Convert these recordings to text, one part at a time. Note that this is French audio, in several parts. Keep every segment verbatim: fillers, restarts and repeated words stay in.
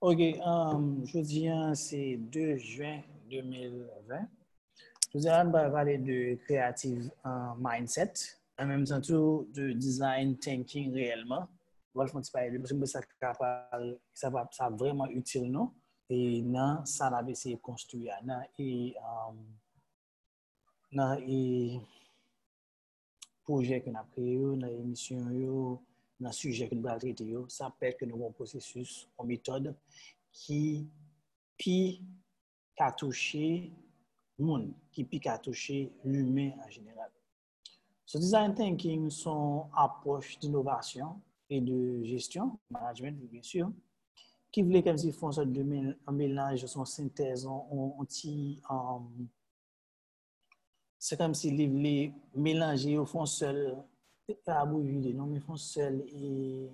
OK, um, je dis, c'est deux juin deux mille vingt. Je dis, on va parler de creative uh, mindset, en même temps tout de design thinking réellement. Voilà, je pense que ça capable, ça va, ça vraiment utile, non? Et non, ça va essayer de construire, non? Et, um, non, et projet qu'on a créé, dans l'émission, dans le sujet que nous avons traité, ça peut que nous avons un processus, une méthode qui puis a touché le monde, qui puis a touché l'humain en général. Ce design thinking sont approches d'innovation et de gestion, management bien sûr, qui voulait comme s'ils font ça de un mélange, son synthèse, on, on, on, c'est comme s'ils voulaient mélanger au fond seul, pas non, mais font seul et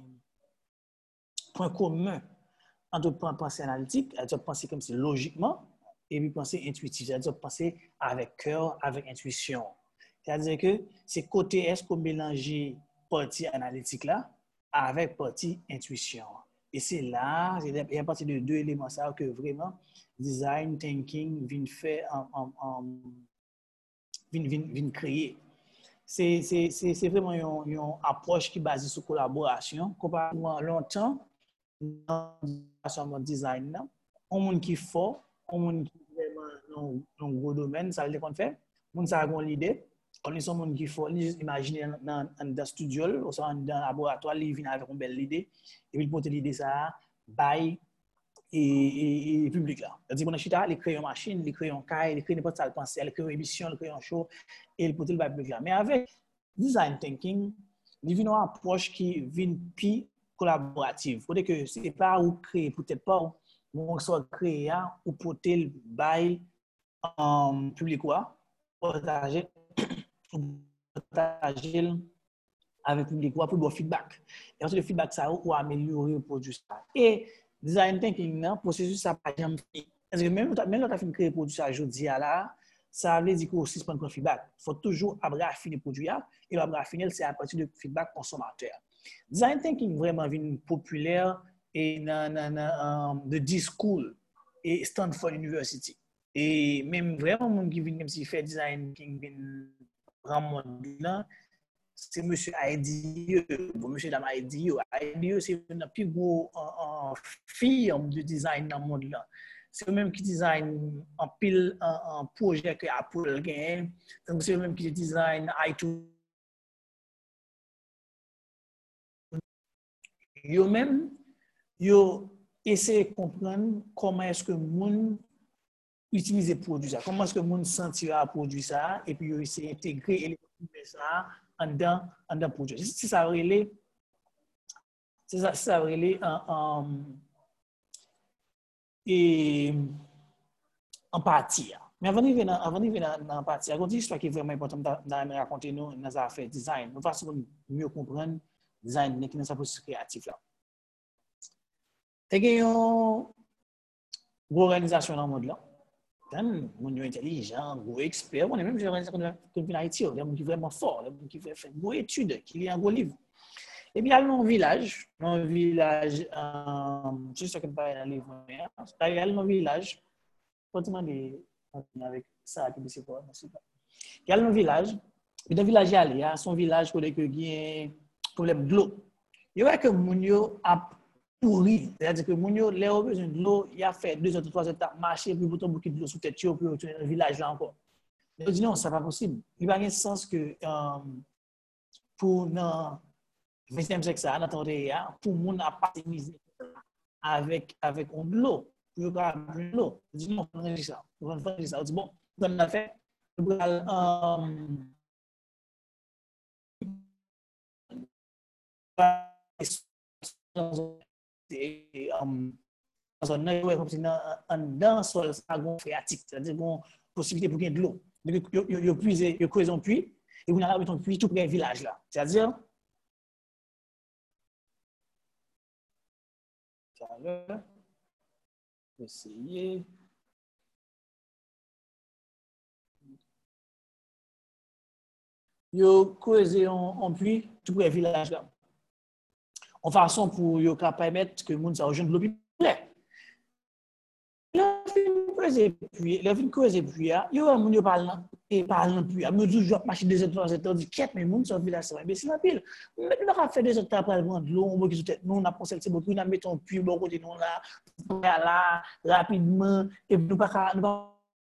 point commun entre penser analytique, c'est-à-dire penser comme si logiquement, et puis penser intuitif, c'est-à-dire penser avec cœur, avec intuition. C'est-à-dire que c'est côté est-ce qu'on mélange partie analytique là avec partie intuition. Et c'est là, c'est à partir de deux éléments ça que vraiment design thinking vient faire en, en, en vient, vient, vient créer. C'est, c'est, c'est vraiment une, une approche qui est basée sur collaboration. Comparativement longtemps, dans le design, on monde qui est fort, on monde qui est vraiment dans un gros domaine, ça veut dire qu'on fait. On a une idée, on est un monde qui est fort, imaginez dans le studio, ou dans le laboratoire, il vient avec une belle idée, et puis il porte l'idée ça, by et, et, public là. C'est-à-dire qu'on a chita, il crée une machine, il crée un cahier, il crée n'importe quelle pensée, il crée une émission, il crée un show, et il porte le public là. Mais avec design thinking, il vient une approche qui vient plus collaborative. Faut dire que c'est pas ou créer peut-être pas ou soit créer ou porter le bail en public quoi, partager partager avec le public quoi pour le feedback. Et ensuite le feedback ça ou améliorer le produit ça. Et design thinking non processus ça pas jamais fini. Parce que même même quand tu as créer produit ça aujourd'hui là, ça veut dire qu'on suspend le feedback. Il faut toujours raffiner le produit et le raffiner c'est à partir du feedback consommateur. Design thinking vraiment venu populaire et dans dans de discours et Stanford University. Et même vraiment monde qui vient même si fait design thinking vient vraiment là, c'est monsieur Heidi, bon monsieur dame Heidi, Heidi c'est une plus gros en firme de design dans le monde là. C'est eux-mêmes qui design en pile un projet que Apple gagne, c'est eux-mêmes qui design iTunes. Yo même yo essayer de comprendre comment est-ce que monde utiliser produit ça, comment est-ce que monde sentira produit ça et puis yo essayer d'intégrer ça en dans en dans produit. C'est ça relé c'est ça ça relé en et en partie. Mais avant de venir avant de venir dans partie, il y a une histoire qui est vraiment importante dans raconter nous dans affaire design, de façon mieux comprendre design qui est dans processus créatif là. Il y a une organisation dans le monde là. On est intelligent, gros expert, on est même des organisations comme Haïti, des gens qui sont vraiment forts, des gens qui font une bonne étude, qui lisent un gros livre. Et puis, il y a un village, un village, euh, je sais que je parle dans le livre, il y a un village, je vais demander avec ça, qui c'est quoi, il y a un village, et dans le village, il y a son village où il y a un problème de l'eau. Il y a que Mounio a pourri. C'est-à-dire que Mounio, les a besoin de l'eau, il a fait deux ou trois étapes, marché, puis pour bouquet de l'eau sous tête, puis retourner dans le village là encore. Il dit non, ça n'est pas possible. Il n'y a pas de sens que euh, pour dans le vingtième siècle, ça, dans le pour le monde à participer avec, avec de l'eau, pour avoir de l'eau. Il dit non, on va faire ça. On va faire ça. Il dit bon, on a fait, on va et dans un œil comme si dans sol ça gon phréatique, c'est-à-dire gon possibilité pour gagner de l'eau. Donc yo yo puiser, yo creuse un puits et vous avez un puits tout près du village là. C'est-à-dire ça va essayer yo creuser un puits tout près du village là. En façon pour yo permettre que monde ça rejoindre de l'eau plus près. Le film creuser puis, le film creuser puis, il y a un monde parlant et parlant puis, me dit je marcher deux heures trois heures dit quête mais monde sur village ça mais c'est la pile. Mais nous pas faire deux heures après prendre l'eau, on qui tête nous on a pensé c'est beaucoup, on mettons puis bon côté nous là là rapidement et nous pas nous pas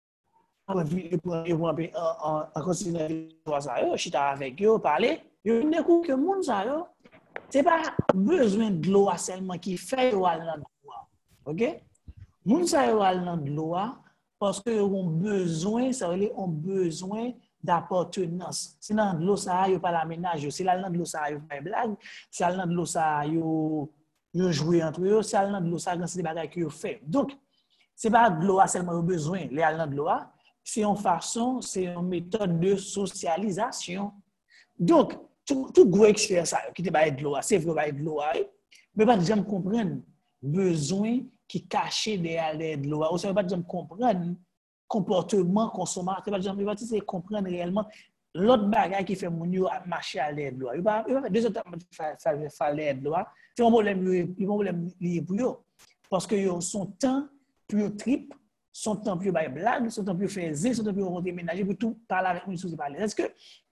en continuer ça yo chita avec yo parler, yo découvre que monde ça yo c'est pas besoin de l'eau seulement qui fait yo aller dans l'eau. OK? Moun sa yo al nan de l'eau parce que ont besoin, ça veut dire ont besoin d'appartenance. C'est dans de l'eau ça yo pas l'aménage, c'est là dans de l'eau ça yo faire blague, c'est là dans de l'eau ça yo yo jouer entre eux, c'est là dans de l'eau ça quand c'est des bagages que yo fait. Donc c'est pas de l'eau seulement yo besoin, les al dans de l'eau, c'est une façon, c'est une méthode de socialisation. Donc tout tout gros expert ça qui te ba de l'eau, c'est vrai ba de l'eau, mais pas jamais comprendre besoin qui caché derrière de l'eau. Ou ça veut pas jamais comprendre comportement consommateur, pas jamais pas c'est comprendre réellement l'autre bagage qui fait mon yo marcher à l'aide de l'eau. Il va il va deux autres faire faire l'aide de l'eau. C'est un problème un problème lié pour eux parce que yo son temps plus trip, son temps plus bail blague, son temps plus faire zé, son temps plus rentrer ménager pour tout parler avec nous sur parler. Est-ce que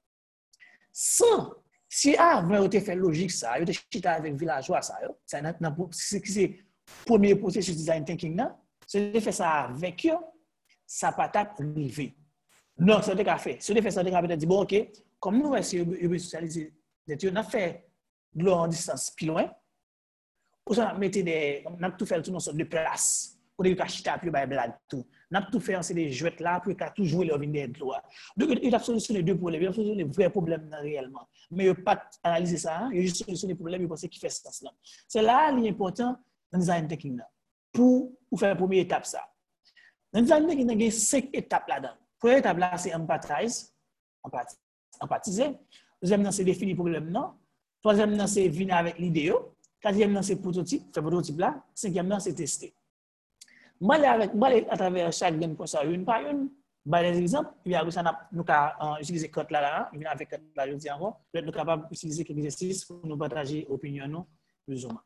sans si avant on fait logique ça, on chita avec villageois ça, ça c'est premier processus design thinking là, c'est de faire ça avec eux, ça pas arriver. Non, c'est ce qu'on fait. Si on fait ça, on peut dire bon OK, comme nous essayer de socialiser, on a fait de l'eau en distance plus loin. On a mettre des on a tout fait tout une sorte de place. Pour des cachita plus ba blague tout. On a tout fait c'est des jouets là pour qu'à tout jouer leur vin de l'eau. Donc il a solutionné deux problèmes, il a solutionné les vrais problèmes réellement. Mais il pas analyser ça, il a juste solutionné les problèmes, il pense qu'il fait ça là. C'est là l'important dans le design thinking là. Pour ou faire la première étape ça. Dans le design thinking, il y a cinq étapes là-dedans. Première étape là, c'est empathize, empathiser. Deuxième, c'est définir le problème. Troisième, c'est venir avec l'idée. Quatrième, c'est prototype, faire prototype là. Cinquième, c'est tester. Moi, avec, moi, à travers chaque game comme ça, une par une, par des exemples, il y a nous avons utilisé code là, là, il vient avec code là, je dis encore, nous sommes capables d'utiliser quelques exercices pour nous partager opinion nous, plus ou moins.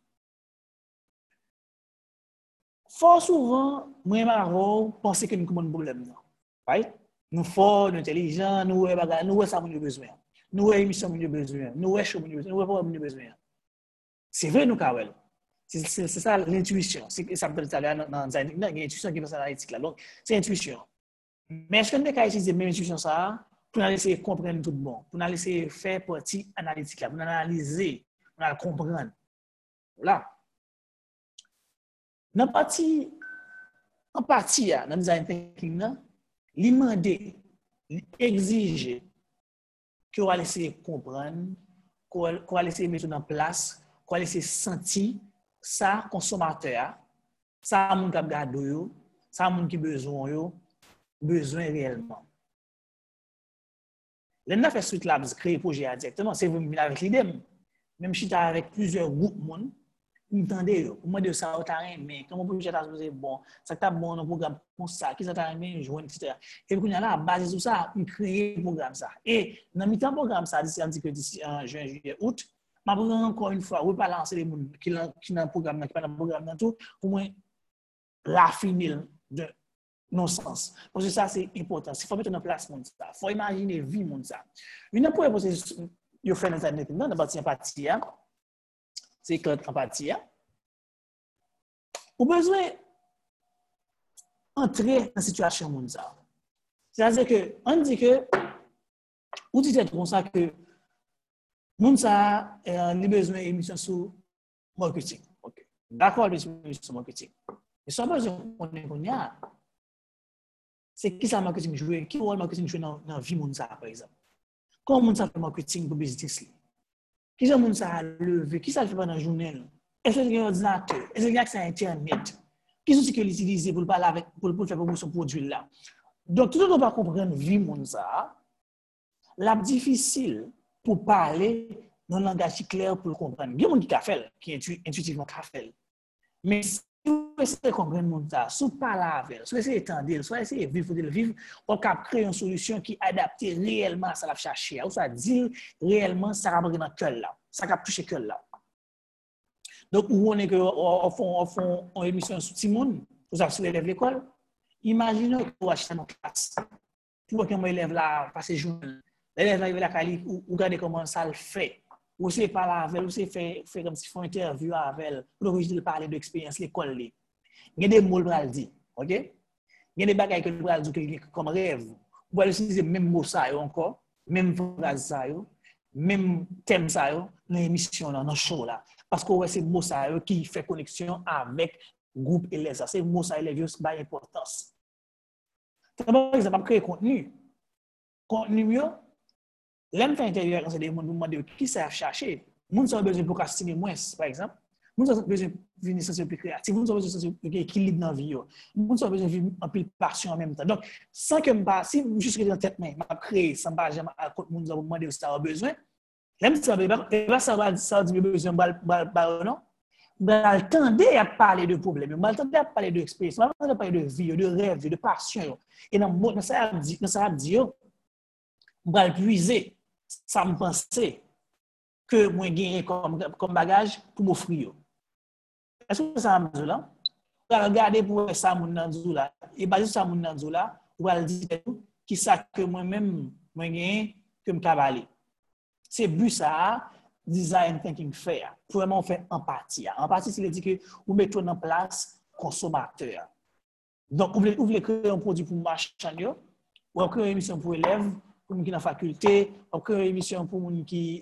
Fort souvent, moi et Maro penser que nous avons un problème. Right? Nous forts, nous intelligents, nous avons nous ça nous besoin. Nous avons émission nous besoin. Nous avons show nous besoin. Nous avons besoin. C'est vrai nous kawel. C'est c'est ça l'intuition. C'est ça peut être dans dans l'intuition qui est analytique là. Donc c'est intuition. Mais est-ce qu'on est capable d'utiliser même intuition ça pour essayer de comprendre tout bon, pour essayer de faire partie analytique là, pour analyser, pour comprendre. Voilà. Dans partie en partie dans le design thinking là, li demander, exiger que on va essayer comprendre, qu'on va essayer mettre en place, qu'on va essayer sentir ça consommateur, ça moun k'ap gado yo, ça moun qui besoin yo, besoin réellement. L'on fait Street Labs créer projet directement, c'est vous venir avec l'idée même si tu avec plusieurs groupes monde entendez yo moi de ça ta mais comment projet ta supposé bon ça t'a bon un programme comme ça qui ça t'a aimé joindre et cetera et puis là basé sur ça on créer programme ça et dans mi-temps programme ça d'ici un petit que d'ici en juin juillet août m'a encore une fois rebalancer les monde qui qui dans programme qui pas dans programme dans tout pour moi raffiner de non sens parce que ça c'est important il faut mettre en place monde ça faut imaginer vie monde ça une première processus yo fait dans internet dans partie empathie c'est quand empathie ou besoin entrer dans la situation monde ça c'est-à-dire que on dit que ou dit comme ça que monde ça a besoin émission sur marketing. OK. D'accord, émission sur marketing. Mais ça besoin on est c'est qui ça marketing jouer, qui rôle marketing jouer dans dans vie monde ça par exemple. Comment monde ça fait marketing pour business li? Qui ça monde ça lever, qui ça fait pendant journée? Est-ce qu'il y a un ordinateur? Est-ce qu'il y a accès à internet? Qui sont que l'utiliser pour parler avec pour pour faire promotion produit là? Donc tout le monde va comprendre vie monde ça. La difficile pour parler dans un langage clair pour le comprendre. Il y a des gens qui a fait, qui intuitivement a fait. Mais si vous essayez de comprendre le monde, si vous parlez avec, si vous essayez d'étendre, si vous essayez de vivre, de vivre, on peut créer une solution qui est adaptée réellement à ça, la chercher, ou ça dit réellement ça va dans le cœur là, ça va toucher le cœur là. Donc, où on est que, on fait une émission sur Timon, Vous avez l'élève l'école. Imaginez que vous achetez dans classe. Pour qu'un élève là passe journée. L'élève là il la cali ou regardez comment ça le fait. Ou c'est pas là avec, ou c'est fait fait comme si font interview avec elle. Pour que parler d'expérience l'école là. Il y a des mots pour le dire. OK? Il y a des bagages que pour le dire comme rêve. Vous allez utiliser même mot ça encore, même phrase ça yo, même thème ça yo dans l'émission là, dans le show là. Parce que ouais, c'est mot ça yo qui fait connexion avec groupe élèves. C'est mot ça élèves qui a importance. Par exemple, créer contenu. Contenu yo, l'aime faire interview avec des gens nous demander qui ça chercher. Moun ça besoin de procrastiner moins par exemple. Moun ça besoin de venir sentir plus créatif, moun ça besoin de sentir équilibre dans vie yo. Moun ça besoin de vivre en pile passion en même temps. Donc sans que me pas si juste dans tête main, m'a créer sans pas jamais à côté moun ça demander si ça a besoin. L'aime ça va ça va ça dit besoin ba non. Bah, attendez à parler de problèmes, bah, attendez à parler de expérience, bah, attendez à parler de vie, de rêve, de passion. Et dans dans ça dit, dans ça dit, bah, puiser, ça me pensait que moi gagner comme comme bagage pour m'offrir. Est-ce que ça me dit là? Regardez pour ça mon nan là. Et basé sur ça mon nan là, on va dire qui ça que moi-même moi gagner que me cavaler. C'est but ça. Design thinking fair, pour vraiment faire empathie. Empathie, c'est dire que vous mettez en place consommateur. Donc, vous voulez, vous voulez créer un produit pour marchand, ou vous créer une émission pour élèves, pour les qui sont dans la faculté, ou créer une émission pour les qui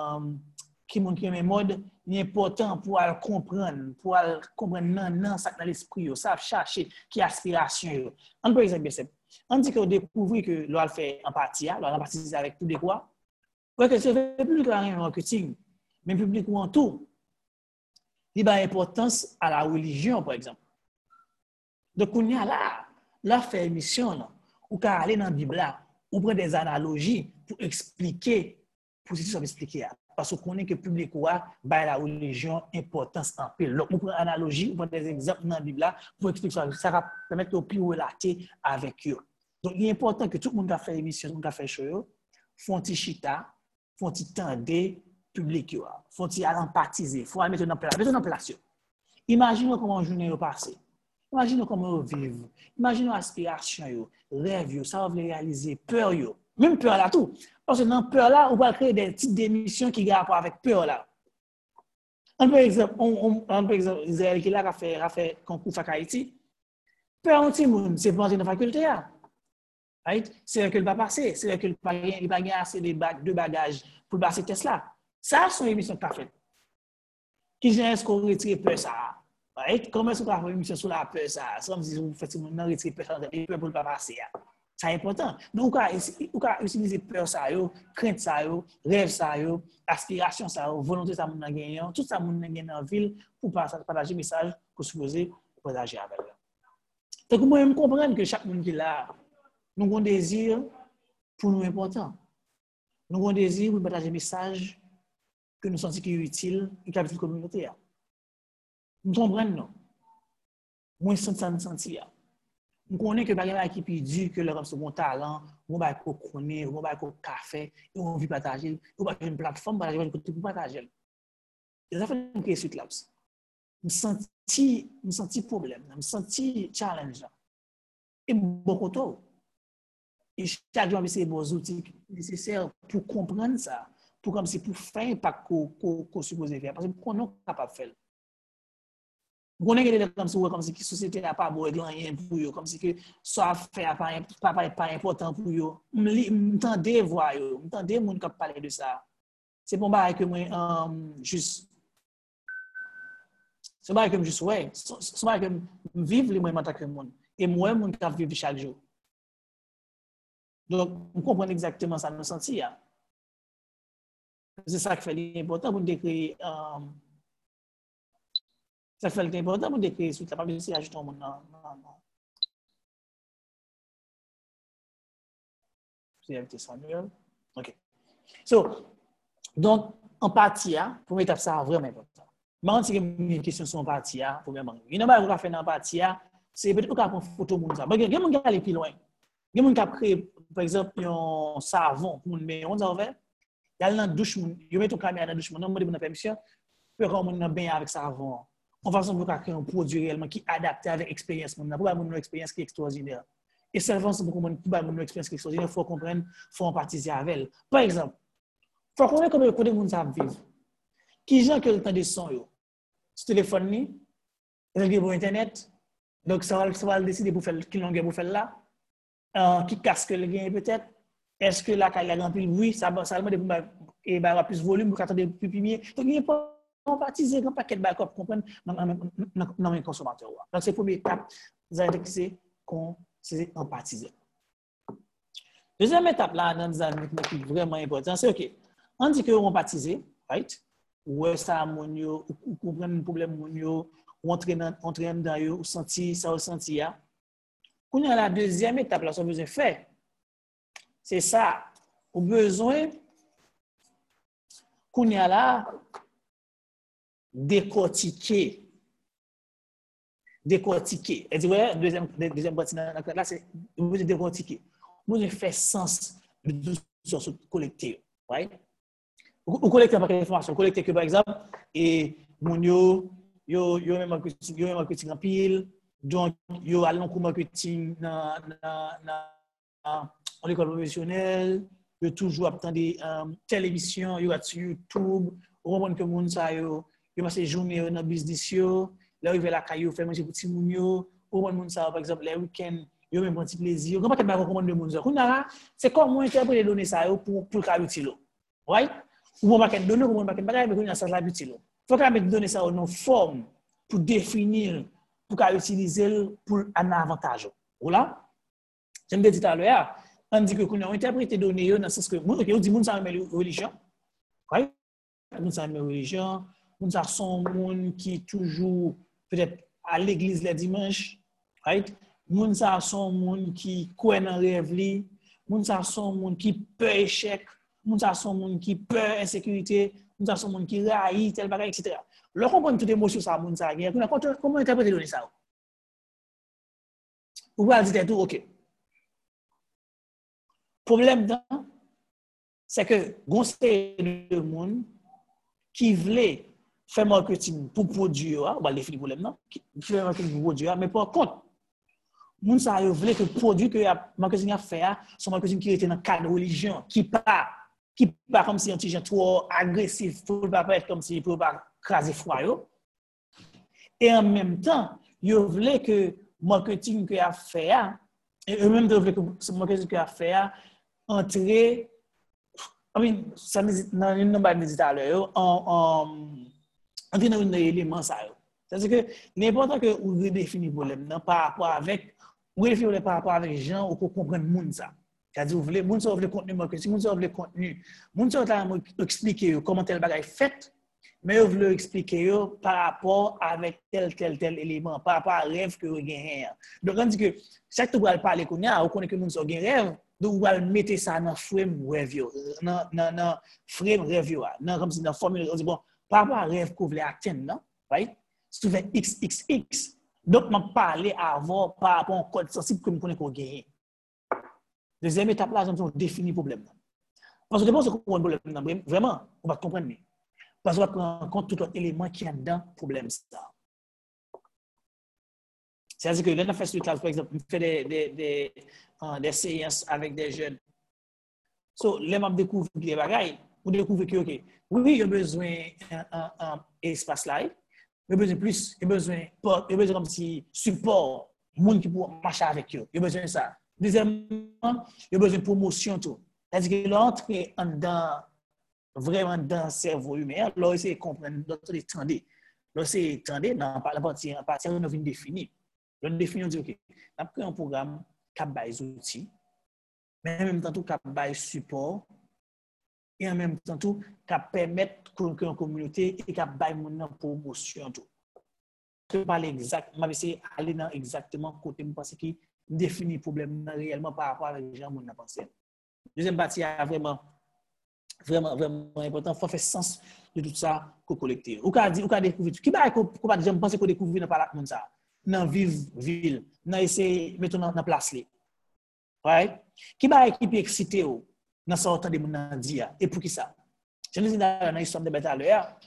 ont une mode, c'est important pour comprendre, pour comprendre non, non, ça dans l'esprit, ça chercher qui aspiration. On par exemple, on dit qu'on découvre que l'on fait empathie, l'on empathise avec tous les quoi. Ouais, que c'est le public en marketing, mais le public en tout, il a importance à la religion, par exemple. Donc, on y a là, là, fait émission, ou qu'à aller dans la Bible, ou prendre des analogies pour expliquer, pour ce que ça veut expliquer. Parce qu'on connaît que le public a la religion importance en pile. Donc, on prend des analogies, on prend des exemples dans la Bible pour expliquer ça. Ça va permettre de plus relater avec eux. Donc, il est important que tout le monde a fait émission, tout le monde a fait show, font un chita, font tendre public yo, font empathiser, faut mettre en place, mettre en place. Imaginez comment journée passé. Imaginez comment vivre. Imaginez aspiration yo, rêve yo, ça va réaliser, peur yo. Même peur là tout. Parce que dans peur là, on va créer des petites démissions qui ont rapport avec peur là. Un par exemple, on on par exemple Israël qui là a fait a fait concours fac Haïti. Peur anti monde, c'est pour entrer dans la faculté là. Right? C'est là que le va passer, c'est là que le il va gagner assez de bagages pour passer test là. Ça, c'est une émission que tu as faite. Qui vient est-ce qu'on retire peur ça? Right? Comment est-ce qu'on a fait une émission sur la peur ça? C'est comme si vous faites une retirer peur ça, et peur pour le pas passer. C'est important. Donc, on peut utiliser peur ça, crainte ça, rêve ça, aspiration ça, volonté ça, mon gagner, tout ça, mon gagner dans la ville pour partager le message pour se poser, pour partager avec eux. Donc, moi, je comprends que chaque monde qui est là, nous avons un désir pour nous important. Nous avons un désir pour partager un message que nous sentons qui est utile et qui est utile à la communauté. Nous comprenons, non? Moi, je sens ça, nous sentons. Nous connaissons que les gens qui peuvent dire que leur bon talent, on va connaître, on va café, et on veut partager, on va une plateforme pour partager. Et ça fait une question là. Je sens un problème, je sens un challenge. Et beaucoup de temps. Et chaque jour, c'est des outils nécessaires pour comprendre ça, pour comme si pour faire impact qu'on suppose faire, parce qu'on n'est pas capable de faire. On est comme si comme si la société n'a pas besoin de rien pour eux, comme si que soit fait pas pas pas important pour eux. M'entendez voir eux, m'entendez monde qui parler de ça. C'est bon bail que moi juste c'est bail que juste ouais, c'est bail que vivre les moments que monde et moi monde qui vivre chaque jour. Donc, on comprend exactement ça nous sentir. C'est ça qui fait l'important pour décrire. Euh, ça fait l'important pour décrire suite. La pas si ajouter un monde. Non, non, non. C'est invité Samuel. OK. So, donc, empathie, pour mettre ça vraiment important. Mais si une question sur empathie, premièrement. Il y a un faire empathie, c'est peut-être qu'on prend photo de ça. Mais il y a des gens qui aller plus loin. Il y a des gens qui créé, par exemple, un savon pour me on a ouvert. Il y a dans douche, il met ton caméra dans douche, on demande une permission, pour qu'on me baigner avec savon. en façon pour créer un produit réellement qui est adapté avec l'expérience. Pour avoir une expérience qui est extraordinaire. Et seulement pour comprendre pour avoir une expérience qui est extraordinaire, il faut comprendre, il faut empathiser avec elle. Par exemple, il faut comprendre comment les gens savent vivre. Qui gens qui ont le temps de son, yo? Sur téléphone, ils ont pour Internet. Donc, ça va, ça va décider pour faire qui longueur pour faire là. Euh, qui casque le gain peut-être. Est-ce que la caille a rempli? Oui, ça va ça va et avoir plus de volume pour attendre plus pimier. Donc, il n'y a pas empathiser un paquet de backup comprendre dans les consommateurs. Donc, c'est la première étape, vous avez c'est qu'on c'est empathiser. Deuxième étape là, dans les années qui est vraiment important, c'est OK. On dit que on empathiser, right? Ou ça mon yo, ou comprendre un problème mon yo, ou entrer dans entrer dans yo, ou sentir ça ressenti ya. Quand on a la deuxième étape là, ça besoin faire. C'est ça. Au besoin qu'on y a là décortiquer. Décortiquer. Et ouais, deuxième, deuxième partie là, c'est vous décortiquer. Vous faire sens de tout ce collecté. Right? Vous collectez pas quelle information. Collectez que par exemple, et mon yo, yo, yo même marketing, yo même marketing en pile. Donc, yo allons pour marketing dans, dans, dans, dans l'école professionnelle. Yo toujours attendre um, télévision, yo sur YouTube. Au moment que moun sa yo yo passe journée dans business yo, là arrivé la caillou faire manger petit moun yo, au monde moun ça par exemple les week-end, yo même un petit plaisir. Comment pas de recommande de moun ça. C'est comment interpréter donner ça yo pour pour ka utile. Right? Ou on va qu'en donner ou on va qu'en bagay mais qu'on a ça la utile. Faut que mettre donner ça en forme pour définir pour ka utiliser pour un avantage. Voilà? J'aime dire tout à l'heure, on dit que qu'on a interprété donner yo dans le sens que OK, on dit moun ça aime religion. Right? Moun ça aime religion. Moun sa son moun qui toujours peut-être à l'église les dimanches, right? Moun sa son moun qui croit dans rêve li, moun sa son moun qui peur échec, moun sa son moun qui peur insécurité, moun sa son moun qui raï tel bagage et cetera. Le comprendre toute émotion ça moun sa gagne, comment interpréter donner ça? Ou va dire tout OK. Problème dans c'est que gon de monde qui voulait faire marketing pour produit, on va définir le problème, non? Faire marketing pour produit, mais par contre, moun sa yo voulait que produit que marketing a fait, son marketing qui était dans le cadre de religion, qui pas qui pas comme si un petit trop agressif, pour pas être comme si pour pas craser froid yo. Et en même temps, yo voulait que marketing que a fait, et eux-mêmes voulaient que ce marketing que a fait entrer I mean, ça dans une nombre de à l'heure en en dans un élément ça. C'est-à-dire que l'important que vous redéfinissez le problème par rapport avec vous redéfinissez par rapport avec les gens ou pour comprendre monde ça. C'est-à-dire vous voulez monde ça veut le contenu marketing, monde ça veut le contenu. Monde ça va expliquer comment tel bagage fait, mais vous voulez expliquer par rapport avec tel tel tel élément, par rapport à rêve que vous gagnez. Donc on dit que chaque fois que vous parler qu'on a, vous connaissez que monde ça gagne rêve. Donc, vous allez mettre ça dans le frame review, dans le frame review, comme si dans la formule, on dit, bon, par rapport à rêve que vous voulez atteindre, non? Right? Si vous faites X X X, donc, je parler avant par rapport au code sensible que vous connaissez qu'on gagne. Deuxième étape, là, on définit le problème. Parce que bon, c'est qu'on a un problème, vraiment, on va comprendre. Parce qu'on va prendre en compte tout autre élément qui est dans le problème. C'est-à-dire que là, on fait sur classe, par exemple, on fait des, des, des, uh, des séances avec des jeunes. So, là, on découvre les bagailles, on découvre que, OK, oui, il y a besoin d'un espace là, il y a besoin plus, il y a besoin, il y a besoin comme si support, monde qui peut marcher avec eux, il y a besoin de ça. Deuxièmement, il y a besoin de promotion, tout. C'est-à-dire que l'entrée dans, vraiment dans le cerveau humain, là, c'est comprendre, là, c'est tendre. Là, c'est tendre, dans la partie, la partie, on a vient définir. On définit, on dit, OK, on a pris un programme qui a des outils, mais en même temps, qui a des supports, et en même temps, qui permet que la communauté et qui a des promotion. Je vais parler exactement, je vais aller dans exactement côté parce qu'il définit le problème réellement par rapport à les gens qui ont pensé. Deuxième partie est vraiment, vraiment, vraiment important. Il faut faire sens de tout ça qu'on collecte. Ou qu'on dit, ou qu'on découvre. Qui va qu'on j'aime penser qu'on découvre dans la monde ça, dans vive ville, dans essayer mettre dans la place là. Right? Qui va équipe excité ou dans sortant de mon dia et pour qui ça? Je nous dis dans l'histoire de bataille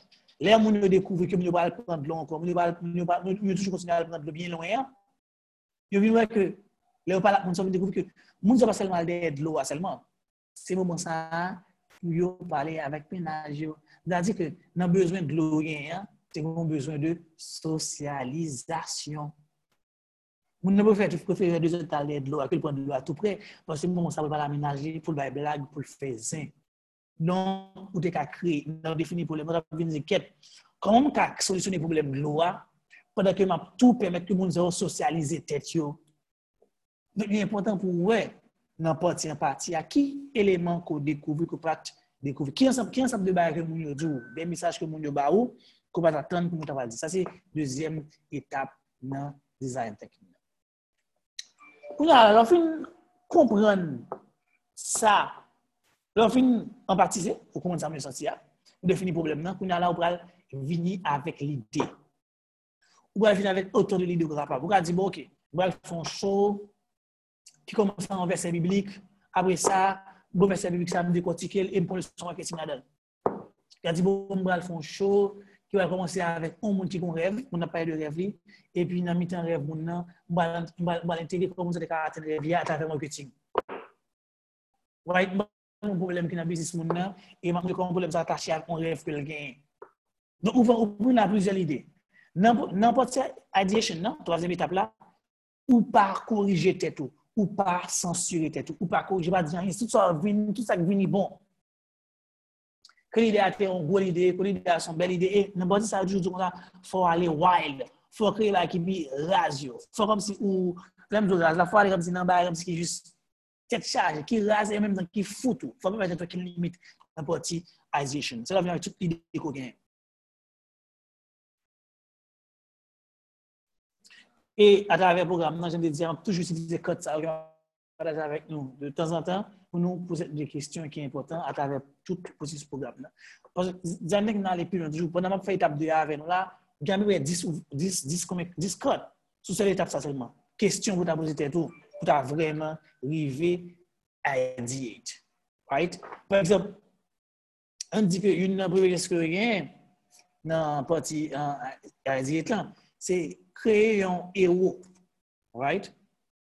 les gens découvrent que nous va prendre l'eau encore, nous va nous toujours continuer à prendre l'eau bien loin. Ils viennent que les pas nous découvrir que nous pas seulement de l'eau seulement. C'est moment ça pour parler avec ménage. C'est-à-dire que nous avons besoin de l'eau, c'est qu'on besoin de socialisation. Vous ne pouvez pas préférer deux autres aller de l'eau à que prendre de l'eau à tout près parce que moment ça va pas l'aménager pour le blague pour le faire zin. Non, ou te ka créer, non définir problème, on va venir quête. Comment on ka solutionner problème de l'eau pendant que m'a tout permettre que monde socialiser tête yo. Donc il est important pour ouais n'importe en partie à qui élément qu'on découvre qu'on pas découvrir qui ensemble qui ensemble de bail que moun yo dit des messages que moun yo ba ou qu'on va attendre pour moun va dire ça c'est deuxième étape dans design technique. On a alors fin comprendre ça. Alors fin en partie pour comment ça me sentir pour définir problème là qu'on a là on va venir avec l'idée. On va venir avec autant de l'idée qu'on capable. On va dire bon OK, on va faire un show qui commence en verset biblique. Après ça, bon verset biblique, ça me décortiquer et me prendre le son marketing là-dedans. Il a dit, bon, on va faire un show qui va commencer avec un monde qui a un rêve, on n'a pas de rêve, et puis, dans le temps rêve, on va l'intégrer comme ça, des caractères de rêve à travers le marketing. Right? Un problème qui a business, et un problème attaché à un rêve que le gagne. Donc, on a plusieurs idées. N'importe quelle ideation, troisième étape là, ou pas corriger tête tout. Ou pas censurer tête ou pas corriger pas dire tout ça vient tout ça vient bon que l'idée a été une bonne idée que l'idée a une belle idée et n'importe ça toujours comme ça faut aller wild faut créer là qui bi rasio faut comme si ou même de la fois comme si dans bas comme si qui juste tête charge qui rase et même qui fout tout faut pas mettre qui limite n'importe ideation c'est là vient toute idée qu'on gagne. Et à travers le programme, j'aime dire toujours utiliser code ça avec nous de temps en temps pour nous poser des questions qui sont importantes à travers tout le processus programme. Parce que jamais dans les plus loin toujours pendant que je fais étape deux avec nous là, j'ai dix dix dix dix codes sur cette étape ça seulement. Question pour ta poser tout pour ta vraiment arriver à ideate. Right? Par exemple, on dit que une première chose que rien dans partie ideate là, c'est créer un héros, right?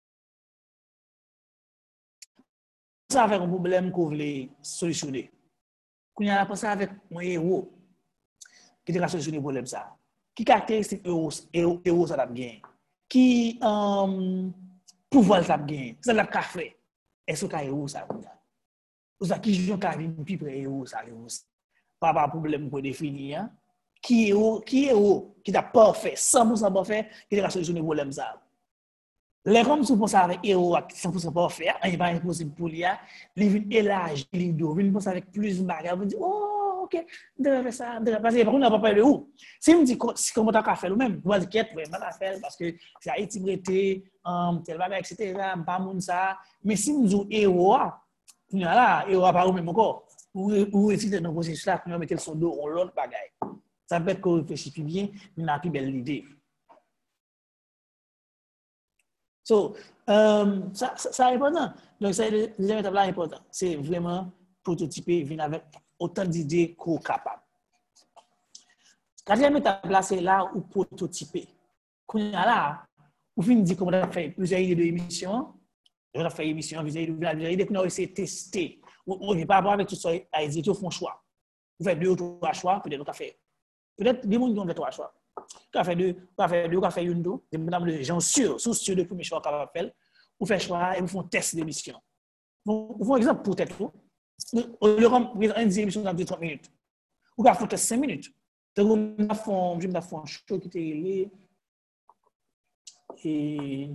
Ça avec un problème qu'on voulait solutionner. Quand on a pensé avec un héros qui devra solutionner le problème ça. Qui caractéristique héros héros héros ça l'a bien? Qui um, pouvoir ça bien? Ça l'a fait. Est-ce que héros ça? Ou ça qui joue quand même plus près héros ça héros. Pas pas problème pour définir. Qui est où, qui est où, qui est parfait, cent pour cent parfait, qui a solutionné le problème ça. Les comme si vous avec héros cent pour cent parfait, il n'est pas impossible pour lui, il vient élargir l'idée, il vient avec plus de bagages, il dit oh OK, je devrais faire ça, parce que par contre on n'a pas parlé de où. Si me dit comment tu as fait lui-même, vous allez dire vraiment la faire parce que c'est Haïti breté, tel bagage et cetera, pas moun ça, mais si nous dit héros, on là héros pas ou même encore. Ou ou essayer dans processus là, on mettre son dos on l'autre bagage. Ça peut être qu'on réfléchit plus bien, mais on a plus belle idée. So, um, ça, ça, ça est important. Donc, ça, la deuxième étape là est important. C'est vraiment prototyper, venir avec autant d'idées qu'on est capable. La quatrième étape là, c'est là où prototyper. Quand on a là, on finit de dire comment on a fait plusieurs idées d'émission. On a fait émission, plusieurs idées qu'on a essayé de tester. On ne va pas avoir avec tout ça, à hésiter, on fait un choix. On fait deux ou trois choix, peut-être on a fait. Peut-être des gens qui ont fait trois choix. Quand on fait deux, quand on fait deux, quand on fait une, deux, des gens sûrs, sont sûrs de premier choix qu'on va faire, on fait choix et on fait un test d'émission. On fait un exemple pour tête. On le rend une émission dans trente minutes. On va faire cinq minutes. Donc, on a fait, je me fait un show qui était lié. Et.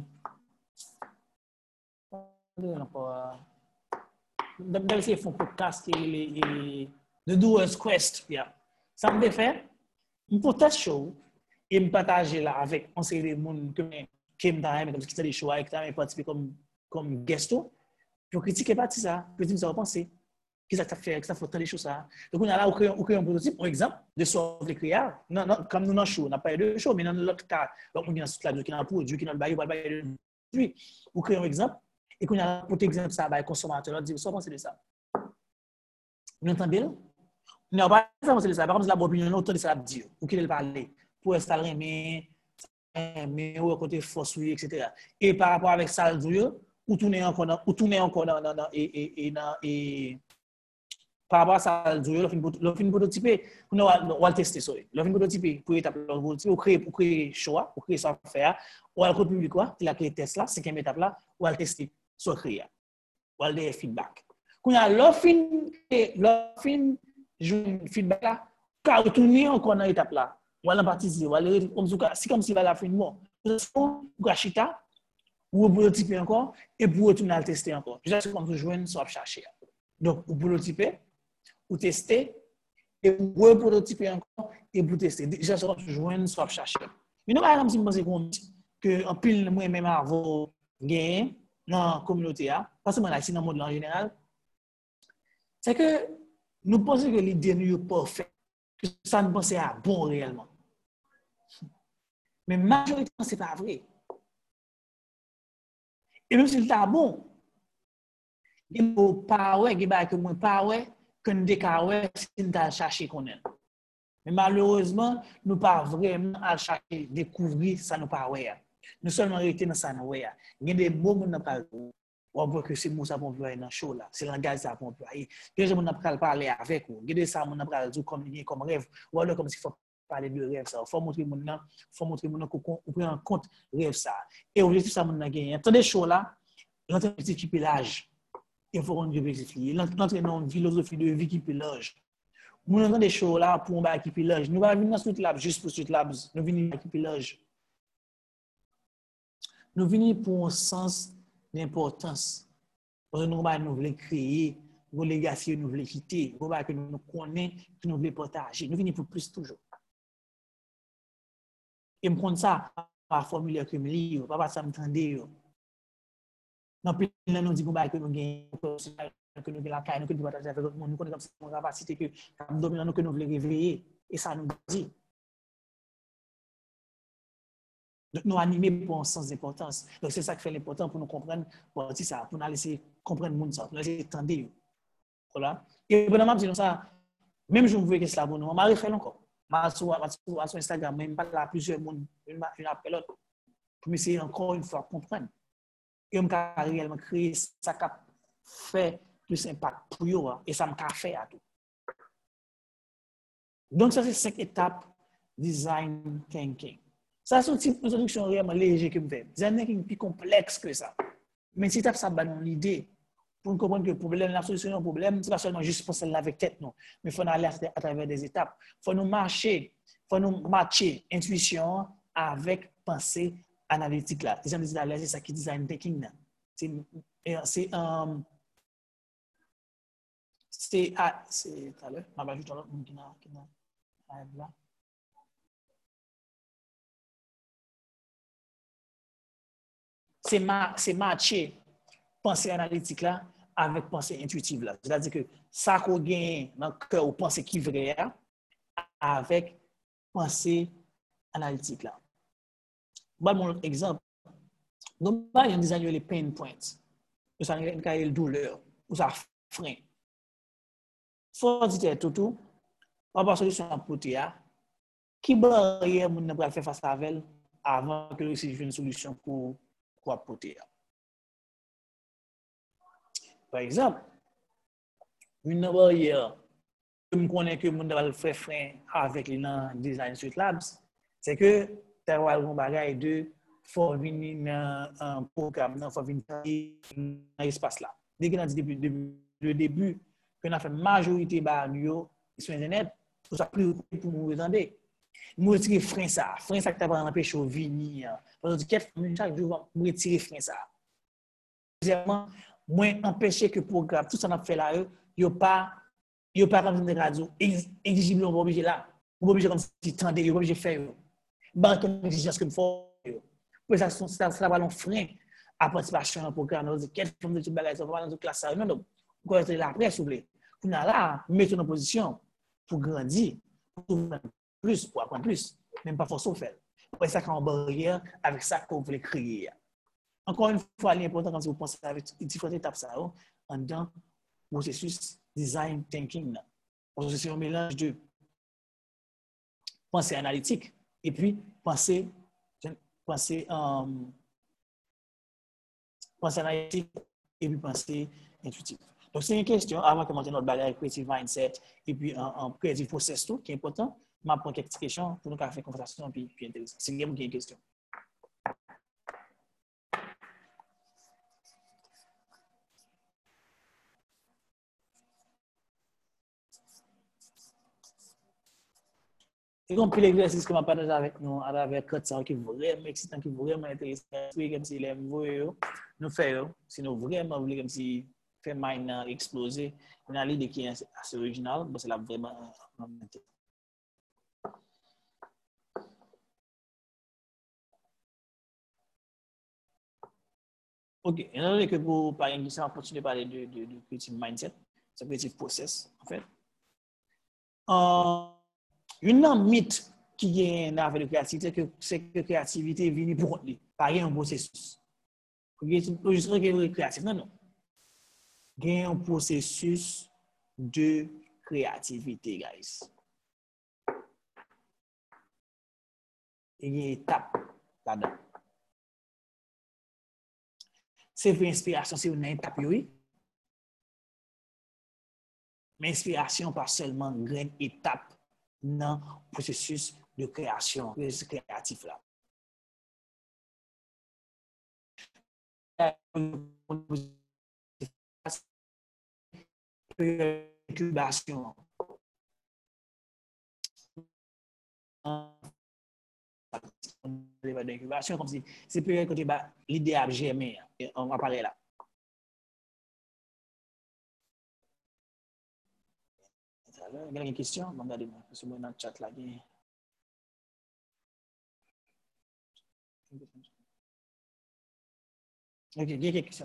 D'abord, c'est un podcast et The Doers Quest. Yeah. Ça me fait. Je peux tester show et me partager là avec un série de monde qui me comme qui sont des shows et qui ont participé comme comme guest pour critiquer partie ça pour dire ça vous pensez qui ça fait que ça faut tant des choses ça donc on a là on crée un prototype par exemple de sauve les créa non non comme nous dans show on n'a pas de show mais dans l'autre cas donc on vient sur la qui a produit qui dans le bail puis on crée un exemple et qu'on a pour exemple ça bail consommateur dit ça pensez de ça vous entendez Non, pas ça, c'est ça. Par contre, c'est la opinion, autant de ça dire, ou qu'il parler, pour installer mais mais ou côté force, et cetera. Et par rapport avec ça, ou tourner encore dans, ou tourner encore dans, dans, dans et, et, et, dans, et par rapport à ça, le film prototypé, on va tester ça. Le film prototypé, pour étape, pour créer, pour créer choix, pour créer ça faire, ou à le public quoi, il a créé test là, cinquième étape là, ou à le tester, soit créer, ou à le feedback. Quand il y a le film, le film, joue feedback là, quand retourner encore dans l'étape là, ou à la participer, ou à le, c'est comme si va la fin de mois. Pour gachita, ou prototyper encore, et pour retourner à le tester encore. Juste comme vous jouez, soit chercher. Donc, vous prototyper, pour tester, et pour reprototyper encore, et pour tester. Déjà, ça va joindre, soit chercher. Mais nous, par exemple, si vous pensez que en pile, moi-même, avant gagner dans la communauté, pas seulement là, c'est dans le monde en général, c'est que nous pensons que l'idée n'est pas parfaite, que ça nous pense à bon réellement. Mais majoritairement, ce n'est pas vrai. Et même si c'est bon, il ne faut pas ouais, il ne faut pas ouais, que nous déclarons si nous allons chercher qu'on est. Mais malheureusement, nous ne pas vraiment à chercher découvrir ça nous pas ouais. Nous seulement arrêter dans ça nous ouais. Il y a des mots que nous pas on voit que c'est mots ça pour employer dans show là, c'est langage ça pour employer. Il y a des gens qui pas parler avec ou, il y a des ça on pas dire comme comme rêve ou alors comme s'il faut parler de rêve ça, faut montrer mon nan, faut montrer mon qu'on prend en compte rêve ça. Et objectif ça mon nan gagner. Tant des shows là, l'entraînement qui pillage. Il faut qu'on diversifie. L'entraînement une philosophie de vie qui pillage. Nous avons des choses là pour un équipe pillage. Nous ne venons pas dans Street Labs juste pour Street Labs. Nous venons dans l'équipe pillage. Nous venons pour un sens d'importance. Parce que nous voulons créer, nous legacy, nous voulons quitter, nous voulons que nous connaissons, que nous voulons partager. Nous venons pour plus toujours. Et me prendre ça par formulaire que je lis, pas parce que ça me tendait. Non, puis nous disons que nous gagnons, que nous la caille, que nous partageons avec l'autre monde, nous connaissons comme capacité que nous dominons, que nous voulons réveiller. Et ça nous dit. Donc, nous animer pour un sens d'importance. Donc, c'est ça qui fait l'important pour nous comprendre, pour ça, pour nous laisser comprendre le monde, pour nous laisser entendre. Voilà. Et pendant que ça, même je veux que cela pour nous, on m'a refait encore. Sur Instagram, même pas là, plusieurs monde, une appel pour essayer encore une fois comprendre. Et on m'a réellement créé ça qui fait plus impact pour eux, et ça m'a fait à tout. Donc, ça, c'est cinq étapes design thinking. Ça, c'est une petite introduction vraiment légère que je fais. Design thinking est plus complexe que ça. Mais si tu as ça, l'idée, pour comprendre que le problème, la solution au problème, ce n'est pas seulement juste pour celle-là avec tête, non. Mais il faut aller à travers des étapes. Il faut nous marcher, il faut nous matcher intuition avec pensée analytique. Là. C'est ça qui est design thinking. C'est um, c'est ah, c'est tout à l'heure, ma bajou tout qui n'a qui n'a là. C'est ma c'est matcher pensée analytique là avec pensée intuitive là. C'est-à-dire que ça qu'on gagne dans le cœur ou pensée qui vrai avec pensée analytique là. Bon mon exemple. Donc il y a des les pain points. Ou ça une douleur ou ça frein. Faut dire tout tout. On va solution pour toi. Qui barrière mon ne faire face à elle avant que le une solution pour pour apporter. Par exemple, une barrière que je connais que mon va faire frein avec les design suite labs, c'est que tu as un bagage de faut venir dans un programme, il faut venir dans l'espace là. Dès que depuis le début, que on a fait majorité de sur internet, pour ça plus pour nous entendre. Nous retirer frein ça, frein ça qui t'a pas empêché de venir. Parce que chaque jour nous retirer frein ça. Deuxièmement, moins empêcher que programme tout ça n'a fait là, il pas il pas comme une radio exigible on obligé là. On obligé comme si tendez, on obligé faire. Bah comme exigence que faut. Pour ça ça ça va un frein à participation au programme. On dit quelle forme de bagage ça va dans classe non non. Vous êtes là après s'il vous plaît. Vous là mettre en position pour grandir, pour plus, pour apprendre plus, même pas forcément faire. C'est ça qu'on barrière avec ça qu'on voulait créer. Encore une fois, l'important quand vous pensez avec différentes étapes ça, en dans processus design thinking. Parce que c'est un mélange de pensée analytique et puis pensée, pensée, um, pensée analytique et puis pensée intuitive. Donc, c'est une question, avant de monter notre bagage creative mindset et puis un, un creative process tout, qui est important, je vais prendre quelques questions pour nous faire une conversation puis, puis intéressante. C'est une une question. Et comme puis l'exercice que je partage avec nous, avec Kotsa, qui est vraiment excitant, qui est vraiment intéressant, comme si les mots, nous faisons, si nous vraiment voulons comme si faire mind exploser, on a l'idée qui est assez originale, c'est là vraiment intéressant. Ok, étant donné que pour parler de ça, on continue de parler de, de, de creative mindset, c'est creative process, en fait. Euh, une mythe qui est avec la créativité, c'est que la créativité vient pour lui, pas un processus. Juste créatif, non, non. Il y a un processus de créativité, guys. Il y a une étape là-dedans. C'est pour l'inspiration, c'est une étape, oui. Mais l'inspiration, pas seulement une étape dans le processus de création, créatif là. Incubation. D'incubation, comme si c'est peut-être côté l'idée à germer, on va parler là. Il y a une question? Regardez-moi, parce que moi dans le chat là, il y a... Ok, il y a quelques questions.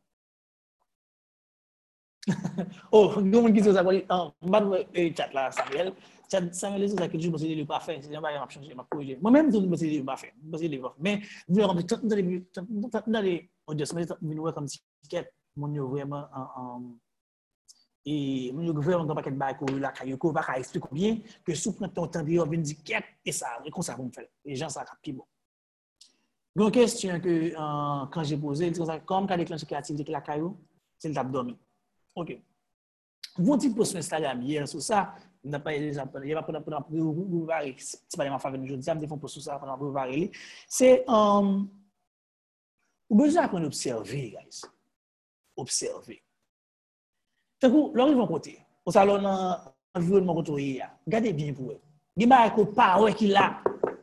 Oh, il y a une question, ça va dire, le chat là, Samuel. Samuel, c'est ça que je pense que c'est pas fait. C'est un bagage qui a changé, ma corrigé. Moi-même, je ne pense que c'est pas fait. Mais, vous voyez, dans les audiences, je vois comme si mon est vraiment en. Et mon vraiment dans paquet de bail que la Kayoko va expliquer bien que sous prend ton temps de venir dire quête et ça et comme ça vous faire. Les gens ça capte bon. Une question que euh, quand j'ai posé, comme quand déclenché créativité que la Kayo, c'est le tap dormi. OK. Vous type post sur Instagram hier sur ça, n'a pas exemple, il va pendant pendant vous varier, c'est pas ma faveur aujourd'hui, me font post sur ça pendant vous varier. C'est euh vous besoin apprendre à observer guys. Observer. Tant que là ils vont côté. Au salon dans environnement côté regardez bien pour eux. Il y a pas ouais qui là.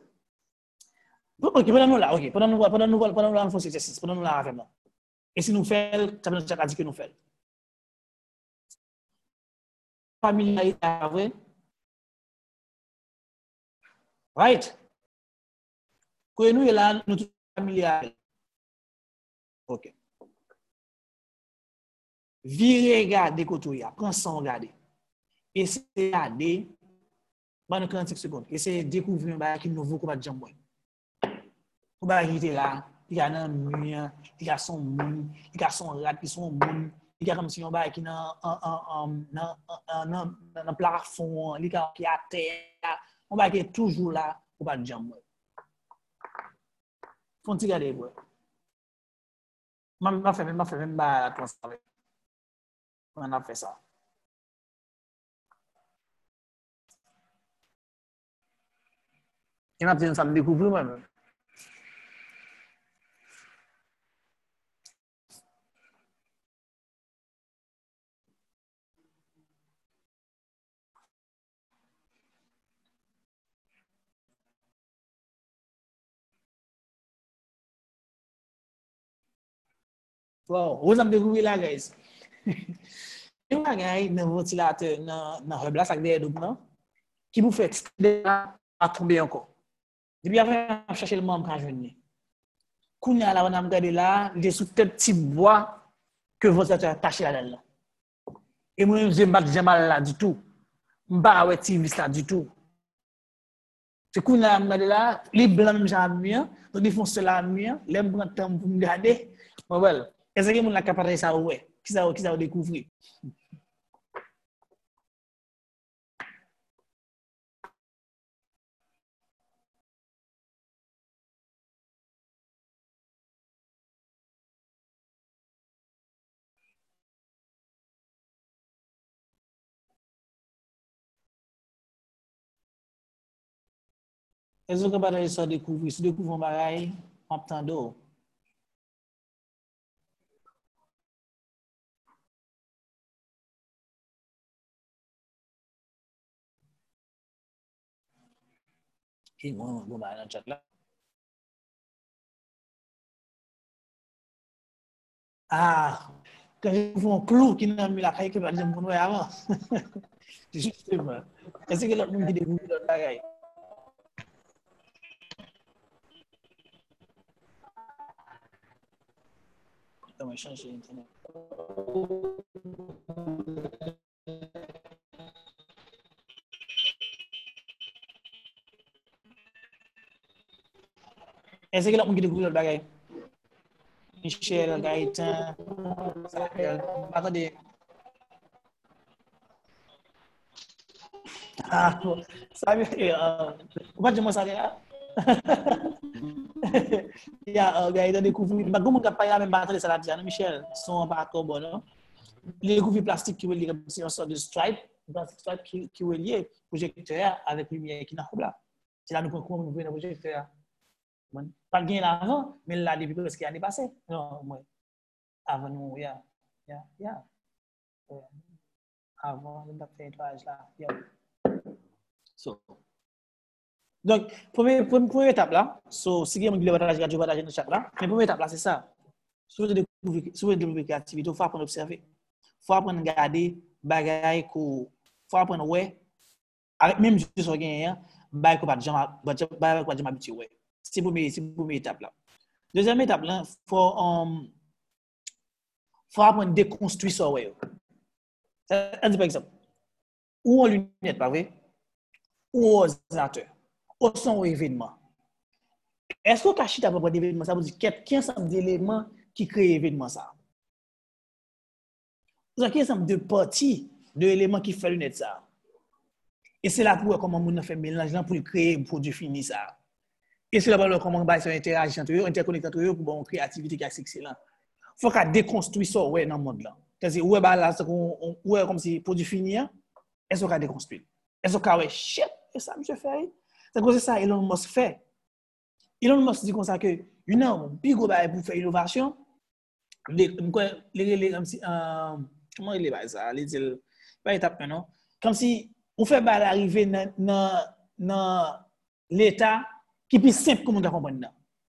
OK, pendant nous là, OK, pendant nous pendant nous pendant nous faire cet exercice, pendant nous là avec nous. Et si nous faisons, ça veut dire que nous faisons. Familiarité avec right? Quand nous là, nous sommes familiers. OK. Virez, regarder côté, prends son regarder. Essayez de regarder pendant quarante-cinq secondes. Essayez de découvrir un bagage qui nouveau qu'on va dire moi. On va arrêter là, il y a un mur, il y a son monde, il y a son rat qui sont monde, il y a comme si on bagage qui dans dans dans dans plafond, il y a qui à terre, on va qui toujours là, on va dire moi. Faut tu regarder quoi. M'a fait même m'a fait même ba transformer. On a fait ça. Et m'a dit ça me découvrir moi-même. Wow, vous avez découvert là, guys. Il y a un gars dans le ventilateur, dans le blast avec des doubles, qui vous fait à tomber encore. Depuis après, on cherche le membre quand je viens. Quand on a regardé là, il est sous tête petit bois que vous êtes attaché là-dedans. Et moi, je ne me mal là du tout. Je ne pas ouais T V là du tout. C'est qu'on a regardé là, les blancs j'en bien, donc ils font cela bien, les blancs temps pour me regarder. Bon well, est-ce que mon la capacité ça ouais, qui ça qui ça découvrir. Est-ce que vous avez ça découvrir? Si vous découvrez un bagage, en temps d'eau. Et moi, bon, bah, dans le chat là. Ah, quand je fais un clou qui n'a mis la caille que je vais dire avant. Justement. Est-ce que l'autre monde qui découvre l'autre bagage? On va changer Internet. Est-ce que l'autre monde qui découvre l'autre bagage? Michel, Gaëtan, Samuel, attendez. Ah, Samuel, euh, pourquoi tu me ça là? Il y a Gaëtan découvert, bah, comment on n'a pas même batterie ça là, Michel, son pas trop bon, non? Il a découvert plastique qui est lié comme si une sorte de stripe, plastique stripe qui, qui est lié projecteur avec lumière qui n'a pas là. C'est là nous prenons nous voyons projecteur. Bon, pas de gain là avant, mais là depuis presque l'année passée. Non, moi. Avant nous, yeah, yeah, yeah. Yeah. Avant, on a fait un nettoyage là. Yeah. So. Donc, première, première étape là, so, si vous voulez partager, vous partagez dans le chat là. Mais première étape là, c'est ça. Si vous découvrez, si vous découvrez la créativité, il faut apprendre à observer. Il faut apprendre à regarder, bagaille, il faut apprendre à ouais. Avec même si vous avez un bagaille qu'on pas jamais habitué, ouais. C'est la première étape là. Deuxième étape là, il faut, um, faut apprendre à déconstruire ça, ouais. Ça dit par exemple, ou en lunette, pas vrai? Ou en ordinateur, ou son événement. Est-ce que Kachit a propos d'événement, ça veut dire qu'il y a un ensemble d'éléments qui créent l'événement ça? Vous avez un ensemble de parties, d'éléments qui font lunette ça. Et c'est là pour comment on fait mélange pour créer un produit fini ça. Et c'est là pour comment on va interagir entre eux, interconnecter entre eux pour une créativité qui est excellente. Il faut qu'on déconstruise ça ouais, dans le monde là. C'est-à-dire, ouais, bah, là, on, ouais, comme si produit fini, est-ce qu'on va déconstruire? Est-ce qu'on va shit, et ça, monsieur fait? C'est comme ça, Elon Musk fait. Elon Musk dit comme ça que, you know, big pour faire innovation, les, les, les, comme si, euh, comment il est ça? Les dit, pas étape non? Comme si, on fait bah, l'arrivée dans l'état qui est plus simple que monde comprendre.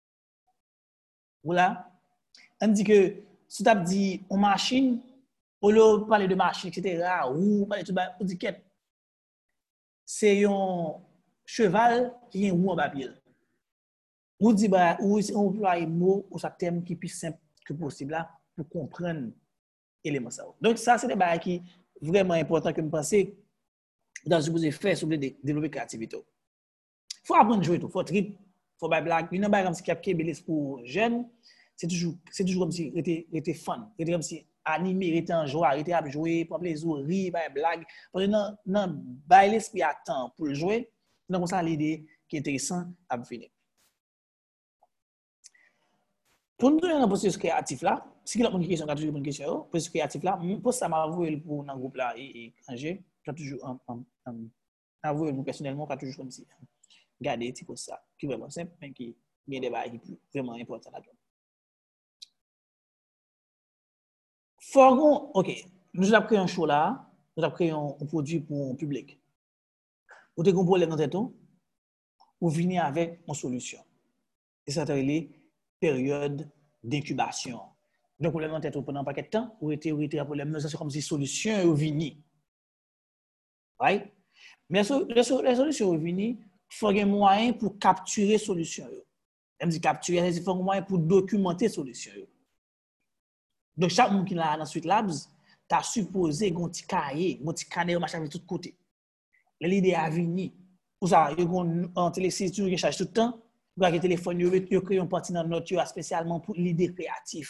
Voilà. On dit que, si tu as dit, on machine, au lieu de parler de machine, et cetera, ou parler de tout, on dit qu'est c'est un cheval qui est un roue en papier. Ou dit bah ou on emploie un mot ou ça thème qui est plus simple que possible là pour comprendre l'élément ça. Donc ça c'est des bails qui vraiment important que me penser dans ce que vous faire sur développer créativité. Faut apprendre à jouer tout, faut trip, faut bail blague, une bail comme si cap kebelis pour jeunes, c'est toujours c'est toujours comme si était était fun, était comme si animé, était en joie, était à jouer, prendre plaisir, rire, bail blague. Parce que dans dans bail l'esprit à temps pour jouer, donc ça l'idée qui est intéressant à finir. Pour nous donner un processus créatif là, si vous avez une question, toujours une question, processus créatif là, pour ça m'a avoué pour dans groupe là et Angers, j'ai toujours avoué personnellement, j'ai toujours comme si garder petit pour ça, qui est vraiment simple, mais qui est des bails qui vraiment important là-dedans. Forgon, ok, nous avons créé un show là, nous avons créé un, un produit pour un public. Vous avez un problème dans tête, vous venez avec une solution. Et ça s'appelle période d'incubation. Donc, problème dans tête pendant un paquet de temps, vous avez un problème, c'est comme si solution est venue. Right? Mais la solution est venue, il faut un moyen pour capturer la solution. Elle me dit capturer, il faut un moyen pour documenter la solution. Donc, chaque monde qui est dans Suite Labs, tu as supposé un petit cahier, un petit cahier, machin de tous côtés. L'idée est venue. Pour ça, il y a un téléphone qui charge tout le temps. Vous avez un téléphone, vous créez un parti dans notre spécialement pour l'idée créative.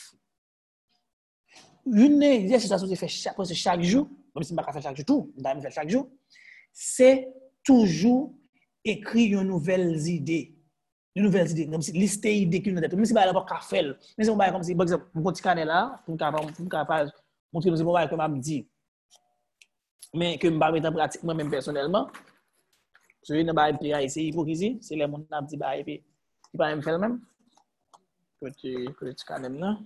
Une exercice que vous faites chaque, chaque jour, même si je ne vais pas faire chaque jour, tout, je vais faire chaque jour, c'est toujours écrire une nouvelle idée. Une nouvelle idée, comme si lister idées qui nous ont même si vous n'avez pas faire. Mais si vous avez comme si, par exemple, un petit carnet là, pour vous capable montrer nos émotions comme je me dit, mais que je ne vais pas mettre en pratique moi-même personnellement, So, il n'a pas ici, hypocrisie, c'est les gens qui ont dit, bah, et puis, il va même faire le même. Petit, petit carnet là.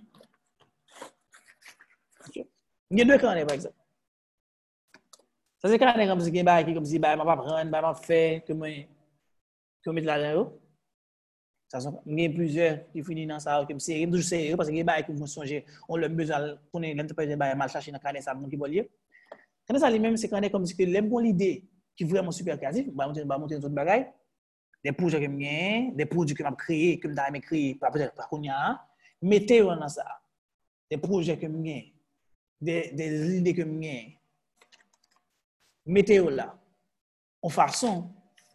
Ok. Il y a deux carnets, par exemple. Ça, c'est carnet comme si, il y a comme si, bah, je ne vais pas prendre, je ne vais pas faire, que moi, que moi, là-dedans. Il y a plusieurs qui finissent dans ça, comme c'est toujours sérieux, parce que les gens qui vont songer, on leur besoin pour l'entreprise mal chercher dans le carnet, ça, qui va lire. Quand ça, lui-même, c'est quand comme si que les bonnes idées qui sont vraiment super créatifs, bah, monter, bah, monter une autre bagaille, des projets que je gagne, des produits que je créé, que je vais créer, peut-être pas qu'on y a, mettez dans ça. Des projets que je gagne, des, des idées que je gagne, mettez là, en façon.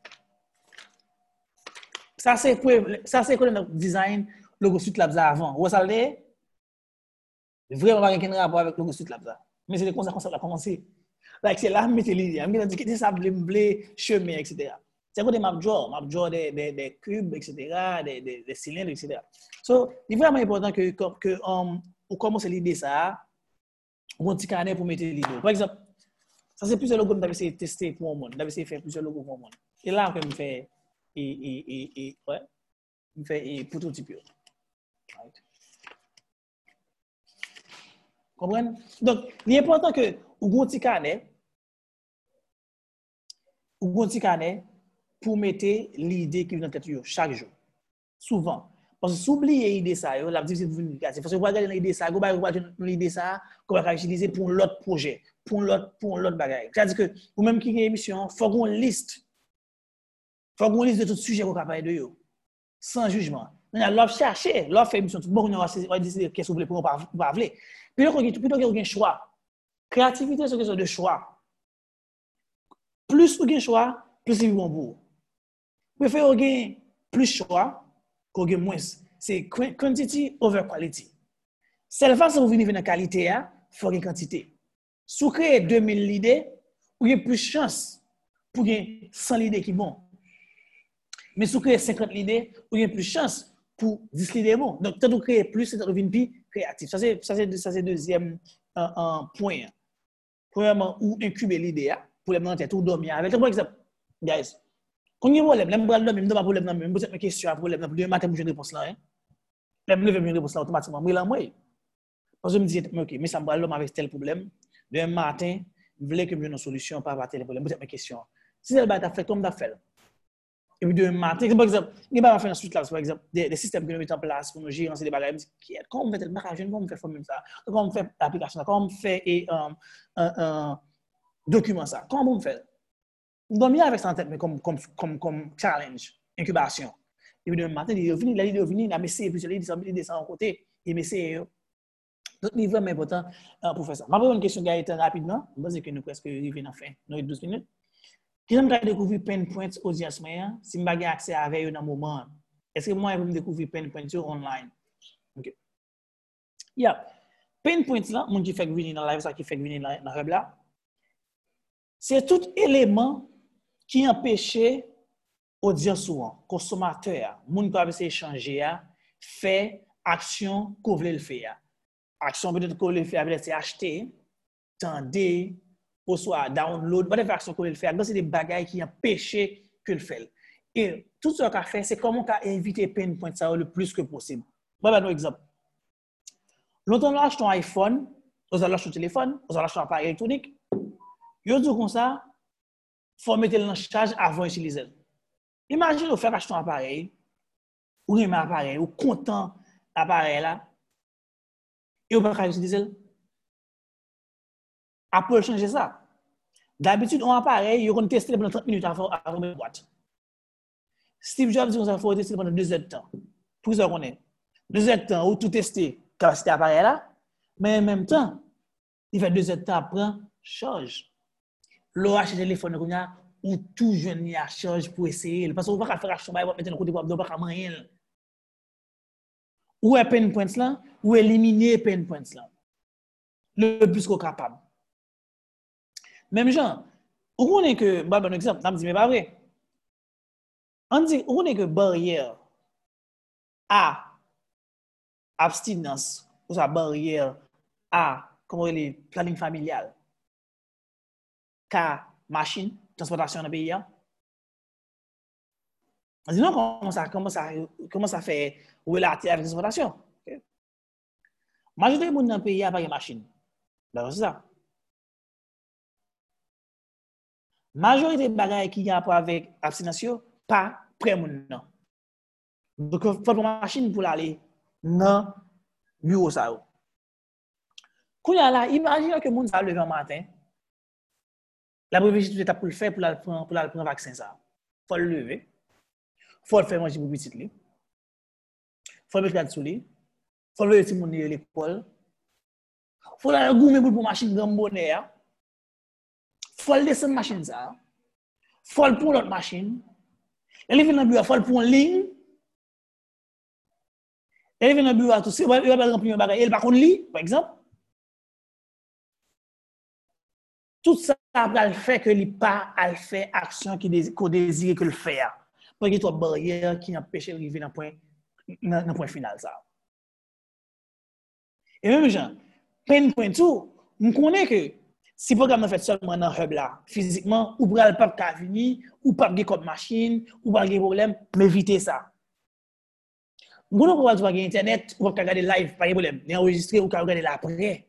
Ça, c'est quoi, ça, c'est quoi le design logo suite là avant. Ou ça l'est, vraiment pas aucun rapport avec logo suite là. Mais c'est le concept qu'on a commencé. Like, c'est là, mettez l'idée. Je me dis que ça blé, blé, chemin, et cetera. C'est quoi des map draw, map draw des, des, des cubes, et cetera, des, des, des cylindres, et cetera. So, c'est vraiment important que, que, que um, on commence l'idée ça, on a un petit carnet pour mettre l'idée. Par exemple, ça c'est plusieurs logos que j'avais essayé de tester pour le monde. J'avais essayé de faire plusieurs logos pour le monde. Et là, on me fait, et, et, et, et, ouais, on me fait, et prototype. Right. Comprenez? Donc, il est important que, on a un petit carnet, ou un petit carnet pour mettre l'idée qui vient dans tête chaque jour. Souvent. Parce que si vous oubliez l'idée ça, la difficile pour vous. Parce que vous regardez l'idée ça, vous regardez l'idée ça, qu'on va utiliser pour l'autre projet, pour l'autre pour l'autre bagage. C'est-à-dire que vous-même qui avez une émission, il faut qu'on liste. Il faut qu'on liste de tout sujet qu'on va parler de eux. Sans jugement. L'offre chercher, l'offre fait émission, tout le monde va décider qu'est-ce que vous voulez pour pas pas voulez. Puis plutôt qu'il y ait un choix. Créativité, c'est une question de choix. Plus vous avez un choix, plus c'est bon pour vous. Vous préférez avoir plus choix qu'on ait moins. C'est quantity over quality. Celle façon vous venez dans la qualité, il faut une quantité. Si vous créez deux mille idées, vous avez plus de chance pour gagner cent idées qui vont. Mais si vous créez cinquante idées, vous avez plus de chance pour dix idées bon. Donc, quand vous créez plus, c'est vous devenez plus créatif. Ça, c'est le deuxième euh, euh, point. Premièrement, où incuber l'idée, pour les dans tête, ou dormir avec. Par exemple, guys, quand il y a un problème, je ne vais pas dormir, je ne vais pas problème, je vais poser une question, un problème, le matin, je vais réponse là. Je vais lever une réponse là automatiquement. Mais là, moi, parce que je me dis, ok, mais ça me va l'homme avec tel problème. Demain matin, je voulais que je ait une solution par rapport à tel problème. Je vais poser une question. Si elle va faire comme tu as fait, et puis demain matin, par exemple, il va faire ensuite là, par exemple, des, des systèmes que nous mettons en place pour nous gérer ces bagages. Comment on fait tel bagage, comment on fait formuler ça, comment on fait l'application, comment on fait et, um, un, un document ça, comment on fait. On doit bien avec ça en tête, mais comme, comme, comme, comme challenge, incubation. Et puis demain matin, il est revenu, il est revenu, il a essayé plusieurs idées, il descend en côté, il essaie. Donc, c'est vraiment important uh, pour faire ça. Je vais poser une question Gaëtan rapidement. Je pense que nous presque arrivés à la fin. Nous avons douze minutes. Qui j'aime découvrir Pain Points audience moyen si je n'ai accès à eux dans le moment. Est-ce que moi, je peux découvrir Pain Points online? OK. Yeah. Pain Points là, mon qui fait venir dans live, ça qui fait venir dans le web là, c'est tout élément qui empêche audience souvent, consommateur, moun qui veut échanger, fait action qu'on veut le faire. Action peut-être qu'on veut le faire, c'est acheter, tendre, ou soit download, whatever action qu'on veut le faire. Donc, c'est des bagages qui empêchent que le fait. Et tout ce qu'on a fait, c'est comment on a évité Pain Point ça le plus que possible. Bon, ben, un exemple. Longtemps, on achète un iPhone, on achète un téléphone, on achète un appareil électronique. Yo dit comme ça, il faut mettre le en charge avant d'utiliser. Imagine vous faire acheter un appareil, ou un appareil, ou content l'appareil là, et vous ne pouvez pas utiliser. Apple changer ça. D'habitude, un appareil, vous tester pendant trente minutes avant de boîte. Steve Jobs dit qu'il faut tester pendant deux heures de temps. Pour ça qu'on est. Deux heures de temps, ou tout tester capacité appareil là, mais en même temps, il fait deux heures de temps après, charge. L'O H téléphone, ou tout jeune à charge pour essayer. Parce que vous ne pouvez pas faire action, vous mettre dans le côté pour ne pas rien. Ou est Pain Points là, ou éliminer Pain Points là. Le plus qu'on est capable. Même gens, on connaît que, bah, bon exemple, on dit, mais pas vrai. On dit, on connaît que barrière à abstinence, ou sa barrière à, comment elle est, planning familial, qu'à machine, transportation dans le pays, Sinon, comment ça, comment ça, comment ça fait relater avec l'exploitation? Okay? Majorité des gens dans le pays n'a pas de machine. Ben, c'est ça. Majorité des bagages qui ont rapport avec l'abstinence, pas près moun nan. Donc, il faut une machine pour aller dans le bureau. Quand il y a là, imaginez que moun sa levé un matin, la première chose que pour le faire pour aller prendre pour aller prendre vaccin ça. Faut le lever. Faut le faire manger pour petit li. Faut le mettre sous lui. Faut le petit moun à l'école. Faut la goumer pour machine grand bonnet. Faut le descendre machine ça. Faut le prendre l'autre machine. Elle vient dans le bureau, faut le prendre ligne. Elle vient dans le bureau tout c'est il va remplir un bagage, elle pas contre lit par exemple. Tout ça va le faire que il pas à faire action qui désire que le faire. Parce qu'il y a une barrière qui empêche d'arriver dans point dans point final ça. Et même gens, peine point tout, on connaît que si le programme est fait seulement dans hub là, physiquement, ou pas le pas ka venir, ou pas de comme machine, ou pas de problème, mais évitez ça. Vous ne pouvez pas regarder internet, ou pas regarder live, pas de problème, mais enregistrer ou regarder là après.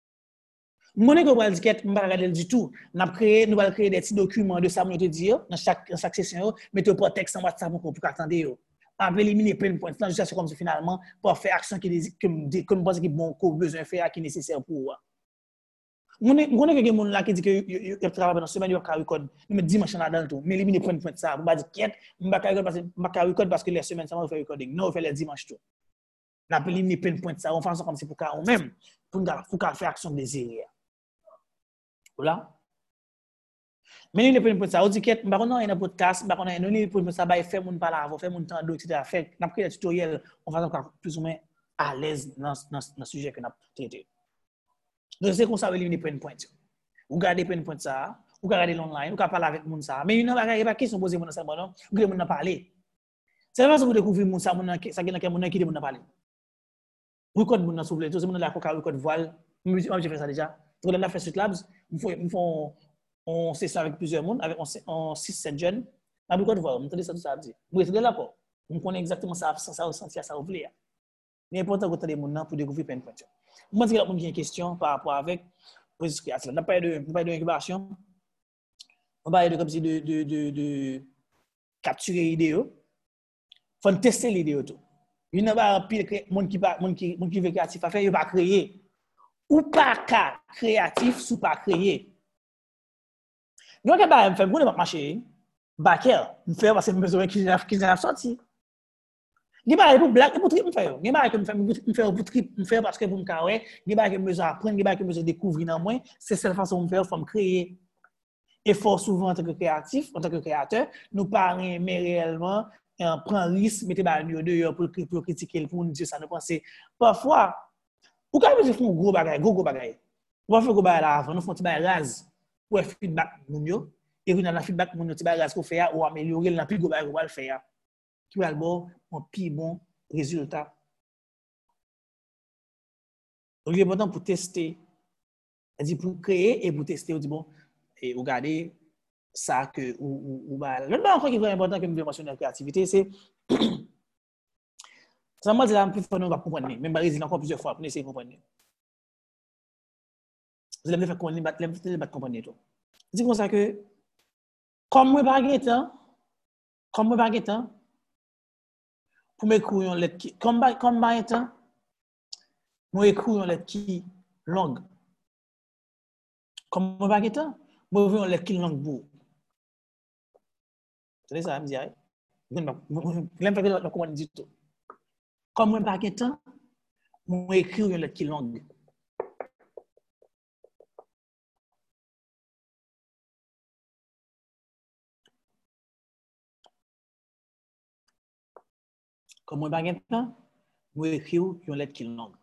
Mon école va dire que pas regarder du tout. Nous créer, nous allons créer des petits documents de ça, nous te dire dans chaque dans chaque session, mettez pas texte en WhatsApp pour pour attendre yo. On éliminer plein de points. C'est juste comme ça finalement pour faire action qui que comme pense que bon qu'on besoin faire qui nécessaire pour. On est on est que mon là qui dit que il travaille dans semaine il va record. Nous met dimanche là dans tout. Mais éliminer plein de points ça. On va dire quête, on va record parce que on record parce que les semaines ça va faire recording. Non, on fait les dimanches tout. On a éliminer plein de points ça. On fait ça comme c'est pour car on même pour pour faire action désirée. Voilà. Mais il ne peut pas ça. On dit que bah on a un podcast, bah on a un pour ça bah faire mon parler avant, faire mon temps d'eau et cetera. Faire n'a pris des tutoriels, on va encore plus ou moins à l'aise dans dans dans sujet que n'a traité. Donc c'est comme ça éliminer point point. Vous gardez point point ça, vous gardez l'online, vous parler avec moun ça. Mais il n'y a pas pas question poser moun ça non, vous voulez moun parler. C'est pas ça vous découvrir moun ça moun ça qui moun qui moun parler. Vous code moun s'il vous plaît, tout moun là ko ka code voile. Moi j'ai fait ça déjà. Pour la faire sur labs, il faut il faut on sait ça avec plusieurs monde, avec on six sept jeunes. On a voir, on entend ça tout ça dire. Vous êtes là quoi. On connaît exactement ça ça ressenti ça vous voulez. Mais important que des monde pour découvrir plein de points. Moi c'est là pour une question par rapport avec processus créatif. On n'a pas de on pas d'incubation. On va de comme si de de de de capturer l'idée. Faut tester l'idée tout. Il n'y a pas pile monde qui pas monde qui monde qui veut créatif à faire, il va créer. Ou pas créatif sous pas créer. Donc, je vais faire un marché, backer, je fais parce que je besoin qu'ils aient sorti. Je vais pour blague, pour trip, je fais. Je vais faire pour trip, je fais parce que pour me carrer, je vais besoin apprendre, je vais besoin découvrir dans moi. C'est cette façon de faire, il faut me créer. Et fort souvent, en tant que créatif, en tant que créateur, nous parlons, mais réellement, on prend risque, mettez les nous dehors pour critiquer, pour nous dire ça, nous penser. Parfois, ou quand vous faites un gros bagage, gros gros bagage, vous faites un gros bagage là avant, nous faisons un petit bagage rase. Pour feedback moun yo et vous dans la feedback moun yo ti bagage qu'on fait ou améliorer dans plus gros bagage qu'on va le faire qui va le bon un plus bon résultat. Donc il est important pour tester, c'est-à-dire pour créer et pour tester, on dit bon et regarder ça que ou ou bah le encore qui est vraiment important que nous mentionner la créativité c'est ça moi c'est la plus fort nous va comprendre même pas résister encore plusieurs fois pour essayer de comprendre. Vous allez me faire comprendre les battre comprendre tout. C'est comme ça que comme moi pas gain temps comme moi pas gain temps pour m'écrire une lettre qui comme comme pas temps moi écrire une lettre qui longue comme moi pas gain temps moi écrire une lettre qui longue pour c'est ça me dit je l'aime pas le comprendre du tout comme moi pas gain temps moi écrire une lettre qui longue. Comme moi, pas de temps, moi écris une lettre qui est longue.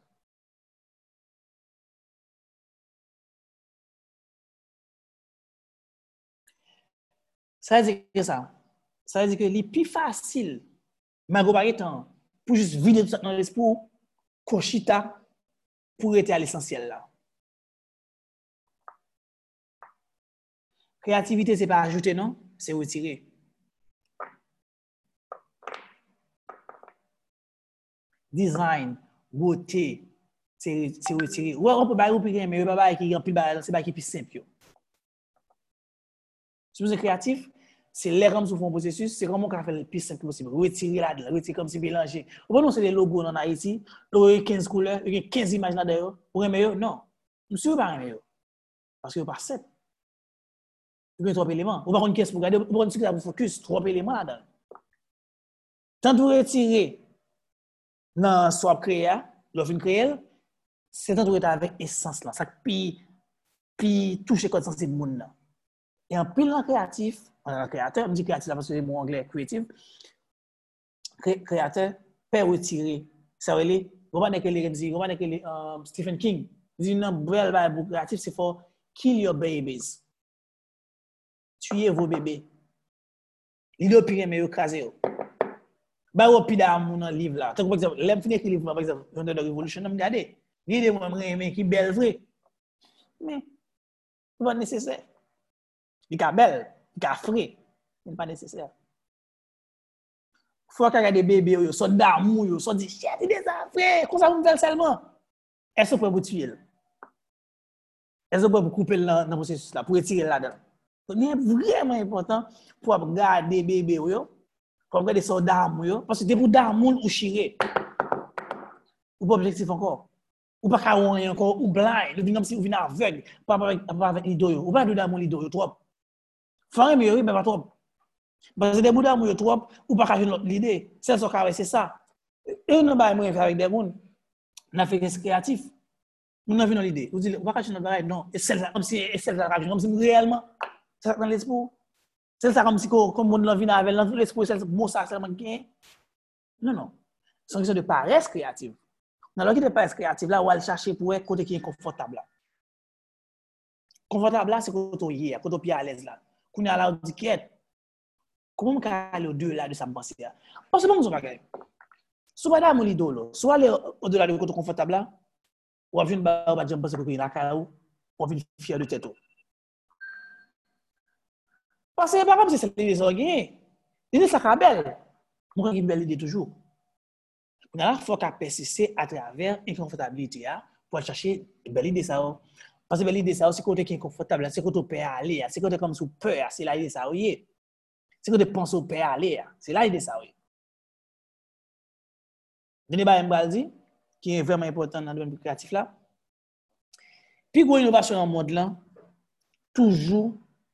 Ça veut dire que ça. Ça veut dire que c'est plus facile, mais pas de temps, pour juste vider tout ça dans l'esprit, cochita, pour être à l'essentiel là. Créativité, ce n'est pas ajouter, non, c'est retirer. design, beauté, c'est retirer. Ouais, on peut pas repliquer, mais on peut pas qui remplit, c'est pas qui plus simple. Si vous êtes créatif, c'est l'air comme sur un processus, c'est comment on fait le plus simple possible. Retirer là-dedans, retirer comme si mélanger. Vous voyez, c'est des logos en Haïti, il y a quinze couleurs, il y a quinze images là-dedans. Pour un meilleur, non. Monsieur, pas un meilleur. Parce que pas sept. Il y a trois éléments. Vous ne pouvez pas une caisse pour regarder, vous ne pouvez pas focus, trois éléments là-dedans. Tant de retirer dans soit créé, l'offre créé, c'est tant de retirer avec essence là. Ça puis puis toucher comme ça c'est le monde là. Et en pile en créatif, en créateur, je dis créatif là parce que c'est mon anglais créatif. Créateur peut retirer. Ça veut dire, vous voyez que les dit, vous voyez que les Stephen King dit non, belle Bible créatif c'est for kill your babies. Tuer vos bébés. Il est pire mais écraser. Bah au pire d'amour dans livre là. Par exemple, l'aime finir écrire livre par exemple, Under the Revolution, me regarder. Il est moi mais qui belle vrai. Mais c'est pas nécessaire. Il est belle, il est frais, c'est pas nécessaire. Faut qu'il y ait des bébés yo, soit d'amour yo, soit dit chien, il est ça frère, comme ça vous me seulement. Est-ce que vous tuer? Est-ce que vous couper dans le processus là pour retirer là-dedans? C'est vraiment important pour garder bébé yo. Pour regarder ça d'amour, parce que c'est pour d'amour ou chiré. Ou pas objectif encore. Ou pas qu'à encore, ou blind, ou comme si vous venez aveugle, pas avec, pas avec l'ido, ou pas de d'amour l'ido, trop. Faire mieux, mais pas trop. Parce que des bouts d'amour trop, ou pas qu'à jouer l'idée. C'est ça, c'est ça. Et on va faire avec des gens, on a fait des créatifs. On a vu dans l'idée. Vous dites, on va pas jouer notre bail, non. Et celle-là, comme si, celle comme si réellement, c'est dans l'esprit. C'est ça comme si comme on vient avec l'esprit, c'est bon ça seulement gain. Non non. C'est une question de paresse créative. Dans le qui de paresse créative là, on va chercher pour être côté qui est confortable là. Confortable là, c'est côté où est, côté pied à l'aise là. Qu'on a là dit quête. Comment on peut aller au-delà de sa pensée là? Parce que bon ça bagaille. Soit là mon idole, soit aller au-delà de côté confortable là, ou venir ba ba jambe parce que il a carreau, ou venir fier de tête. Parce que c'est pas comme si c'était des organes. L'idée, ça va belle. Moi, j'ai une belle idée toujours. Il faut qu'à persister à travers l'inconfortabilité pour chercher une belle idée. Ça. Parce que belle idée, c'est côté qui est confortable, c'est côté où peut aller, c'est côté comme sous peur, c'est là l'idée, ça. C'est côté penser au peut aller, c'est là l'idée, ça. Le débat Mbaldi, qui est vraiment important dans le domaine créatif là. Puis, une innovation dans le monde là, toujours,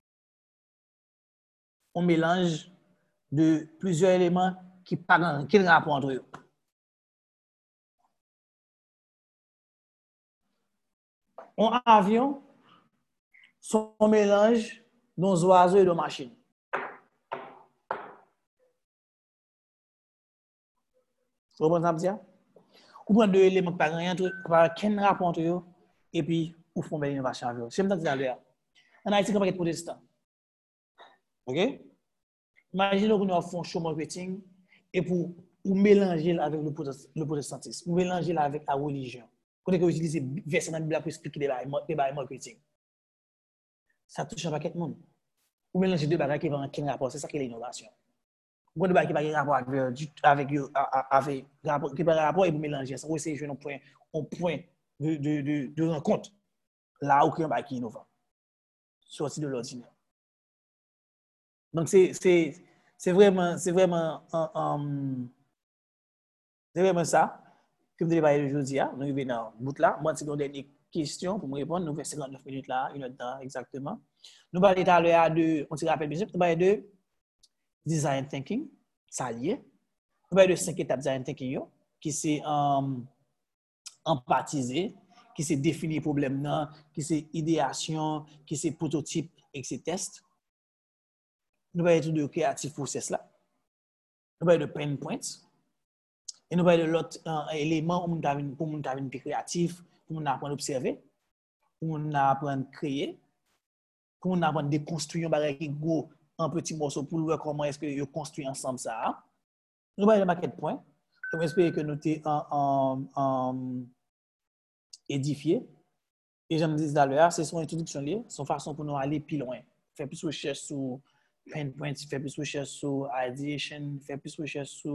on mélange de plusieurs éléments qui parlent, qui rapport entre eux. Un avion, son mélange d'un oiseau et de machine. Vous comprenez ça? Vous prenez deux éléments qui parlent quel rapport entre eux et puis vous font une innovation avec eux. C'est comme ça que c'est en Haïti, comme un protestant. OK? Imaginez que nous faisons un show marketing et pour mélanger avec le protestantisme, vous mélanger avec la religion. Quand vous utilisez verset dans la Bible pour expliquer des bails marketing. Ça touche un paquet de monde. Vous mélangez deux bagages qui vont en rapport, c'est ça qui est l'innovation. Vous avez des rapport avec avec avec rapport qui par rapport et vous mélangez ça. Vous essayez de jouer un point un point de de de de rencontre là où il y a un bail qui innovant. Sorti de l'ordinaire. Donc c'est c'est c'est vraiment c'est vraiment um, c'est vraiment ça que vous devez parler aujourd'hui. Nous arrivons dans le bout là. Moi, c'est une dernière question pour me répondre. Nous faisons cinquante-neuf minutes là, une heure de temps exactement. Nous parlons tout à l'heure de, on se rappelle bien, nous parlons de design thinking, ça lié. Nous parlons de cinq étapes de design thinking, qui c'est um, empathiser, qui c'est définir le problème, qui c'est idéation, qui c'est prototype, et qui c'est test. Nous parlons de creative process là. Nous parlons de pain points. Et nous parlons de l'autre euh, élément pour nous être plus créatif, pour nous apprendre à observer, pour nous apprendre à créer, pour nous apprendre à déconstruire un bagage qui go en petits morceaux pour voir comment est-ce que nous construisons ensemble ça. Nous parlons de market point. Je m'espère que nous sommes édifiés. Et je me disais tout à l'heure, c'est son introduction liée, son façon pour nous aller plus loin. Faire plus de recherche sur pain points, faire plus de recherche sur ideation, faire plus de recherche sur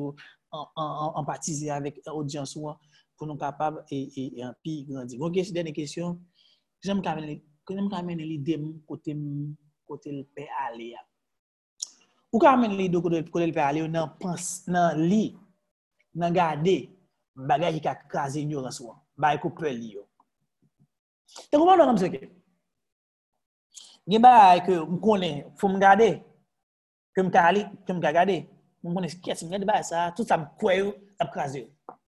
empathiser avec l'audience pour nous capables et, et, et en plus grandir. Donc, dernière question, j'aime quand même l'idée côté côté le peut aller. Ou quand même l'idée côté le peut aller, on pense, on lit, on garder bagage qui a crasé ignorance, bagage qu'on peut lire. Tu comprends comme ça que? Il y a des bagage que je connais, faut me garder, que me garder, que me garder. Je connais ce qui est, je regarde ça, tout ça me croit, ça me crase.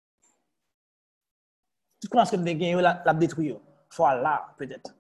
Tu penses que me gagner la la détruire. Voilà, peut-être.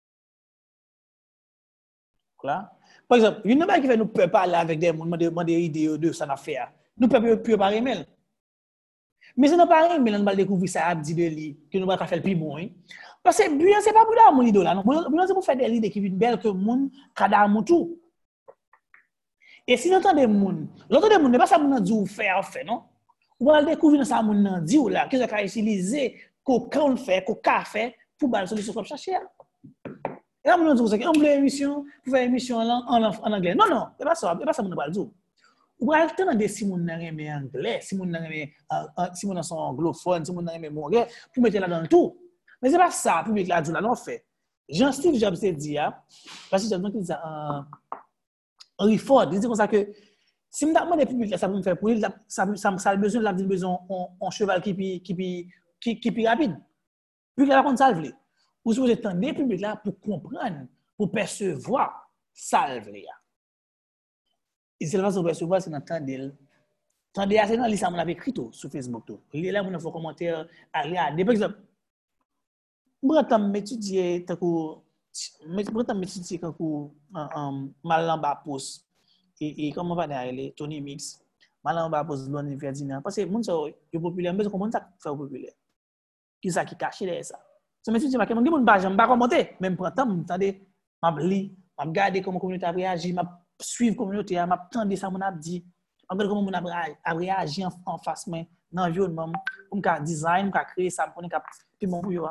Là. Par exemple, une chose qui fait nous peur parler avec des gens, demander des idées de ça affaire. Nous peut plus parler même. Mais c'est non pas mais on va découvrir ça à dit de lui que nous va faire le plus bon. Hein? Parce que bien c'est pas pour là mon idole là, non, c'est pour faire des idées qui viennent belles que monde kada mon tout. Et si l'entend des monde, l'entend des monde n'est pas ça moun dit ou faire fait non. On va découvrir ça moun nan dit ou là que ça ka utiliser qu'on kan fait, qu'on ka fait pour ba solution pour chercher. Et là, on dit que on veut émission, pour faire émission en, en, en anglais. Non, non, c'est pas ça, c'est pas ça qu'on va dire. On va attendre si mon n'a rien anglais, si mon n'a rien, si mon sont anglophone, si mon n'a rien anglais, pour mettre là dans le tout. Mais c'est pas ça, public là, là, non fait. Jean-Steve Jobs s'est dit, parce que j'ai dit ça en Henry Ford, il dit comme ça que si me demande public là, ça va me faire pour lui, ça ça ça besoin de la besoin en cheval qui qui qui qui rapide. Puis là, on ça veut. Vous vous êtes des publics là pour comprendre, pour percevoir ça le vrai. Et c'est la façon de percevoir, c'est d'entendre. Tandis que c'est dans l'histoire, on avait écrit tout sur Facebook. Tout. Il est là, on a fait commentaire, à regarder. Par exemple, je m'étudier, je m'étudier quand Malamba Post, et comment va dire, Tony Mix, Malamba Post, Loni Ferdinand. Parce que les gens sont populaires, mais comment ça fait populaire? Qui ça qui cache derrière ça? Je me suis dit, je ne vais pas commenter, même pour temps, je m'attendais, je lis, je regarde comment la communauté a réagi, je suivre la communauté, je m'attendais ça, je dit, je regarde comment on a réagi en face, mais dans l'environnement, pour me design, pour créer ça, pour me puis bon pour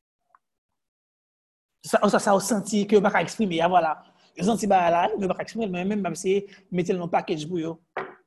ça, ça, ça a senti que je ne peux pas exprimer, voilà. Je senti là, je ne peux pas exprimer, mais même je essayer de mettre le package pour eux.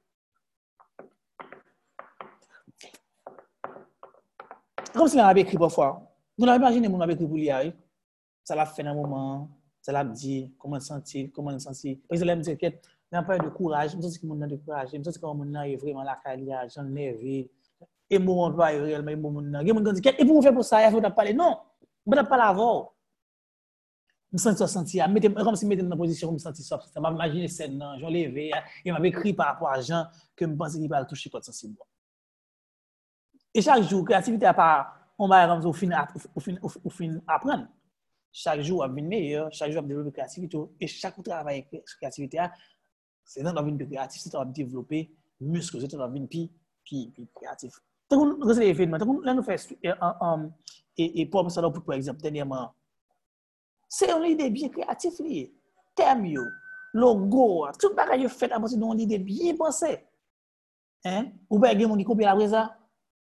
Comme si on avait écrit parfois. Vous l'avez imaginé, on avait écrit pour l'I A. Ça l'a fait dans un moment, ça l'a dit, comment se sentir, comment se sentir. Parce que là, je me dis, il n'y a pas de courage, je me sens que mon de courage, je me sens que mon nom est vraiment la carrière, j'en nerveux. Et mon emploi est réellement et mon nom. Il y a des gens qui disent, et pour vous faire pour ça, il faut pas parler. Non, on ne peut pas l'avoir. Je me sens sentir, comme si je me mettais dans une position où je me sentais ça. Je m'imagine scène, j'en levé, et m'avait écrit par rapport à gens que je pensais qu'il va toucher contre sensible. Et chaque jour, créativité à part, on va au fin au fin apprendre. Chaque jour, on va devenir meilleur, chaque jour, on va développer créativité. Et chaque travail avec créativité, c'est dans une vie créative, c'est dans développer muscle, c'est dans une vie créative. Donc, nous avons événements, là, nous faisons, et pour ça, par exemple, dernièrement, c'est une idée bien créative, thème, logo, tout le bagage fait à partir d'une idée bien pensée. Hein? Ou bien, il y a des gens qui copient après ça.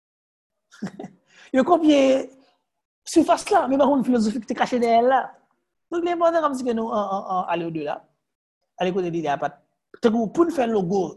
Il copie surface là, mais par contre, philosophie qui est cachée derrière là. Donc, l'important, comme si nous allons au-delà, à l'écoute de l'idée, pour nous faire le logo,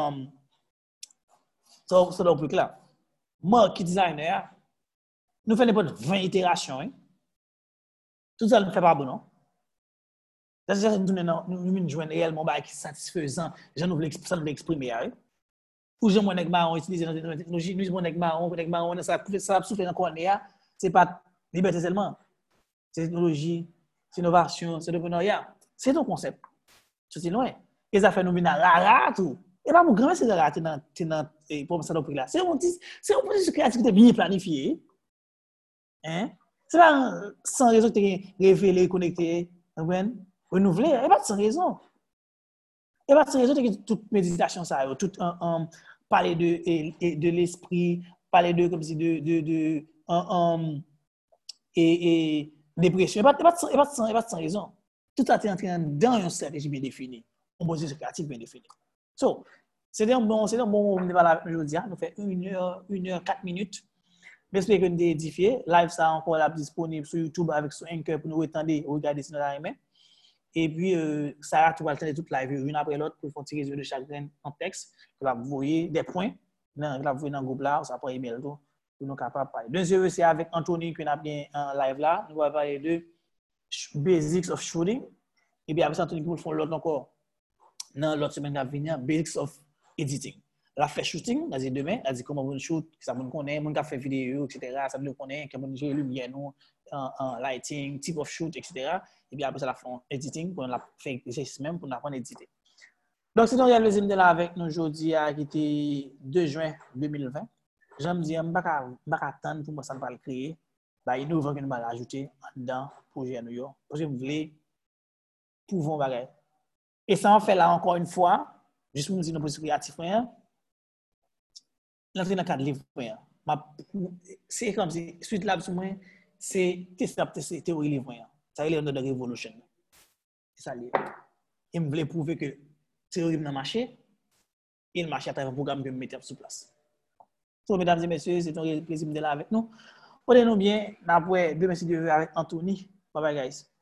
ça, c'est le plus clair. Moi, qui designer, nous faisons n'importe vingt itérations. Tout ça ne fait pas bon, non? C'est-à-dire que nous nous jouons réellement qui est satisfaisant, je nous voulons exprimer. Ou je mon marron utiliser dans la technologie, nous mon marron, mon marron, ça ça souffler encore néa, c'est pas liberté seulement. C'est technologie, c'est innovation, c'est entrepreneuriat. C'est ton concept. C'est loin. Et ça fait nous venir rara tout. Et pas mon grand c'est rara dans dans pour ça donc là. C'est on dit c'est une processus créativité bien planifié. Hein? C'est pas sans raison que révéler, connecter, renouveler, et pas sans raison. Et pas sans raison que toute méditation ça tout un parler de et, de l'esprit, parler de comme si de de de um, et, et dépression, et pas pas sans, pas sans, pas sans raison. Tout ça est entré dans une stratégie bien définie, une position créative bien définie. So, c'est un bon c'est un bon moment de parler aujourd'hui, nous fait une heure une heure quatre minutes. J'espère que nous avons édifié. Live ça encore là disponible sur YouTube avec sur Anchor pour nous attendre regarder si nous avons aimé. Et puis, euh, ça, tu vas attendre toute live, une après l'autre, pour faire un petit résumé de chaque grain en texte. Tu vas vous voyez des points Nan, la vous dans groupe là, ça prend email tout pour nous capable parler. Deuxième c'est avec Anthony que n'a bien en live là, nous va parler de basics of shooting et puis après Anthony pour faire l'autre encore. Dans l'autre semaine à venir, basics of editing. La fait shooting, on a dit demain, on a dit comment on shoot, ça on connaît, on a fait vidéo, et cetera. Ça on connaît, comment on gère lumière, nous, en lighting, type of shoot, et cetera. Et puis après ça la fait editing pour la faire exercice même pour apprendre à éditer. Donc c'est donc il y a là avec nous aujourd'hui qui était deux juin deux mille vingt. J'aime dire on pas pas attendre pour moi ça pas le créer. Bah il nous que nous va rajouter dans projet New York parce que vous voulez pouvons bagay. Et ça on fait là encore une fois, juste pour nous dire nos processus créatifs rien. L'entrée dans cadre livre rien. C'est comme si suite là pour moi c'est tester théorie livre rien. Ça il est de révolution. C'est ça lié. Il me voulait prouver que théorie n'a marché, il marche à travers un programme que je mettais sur place. Donc, mesdames et messieurs, c'est un plaisir de là avec nous. Prenez-nous bien, après, demain, si Dieu veut, avec Anthony. Bye bye, guys.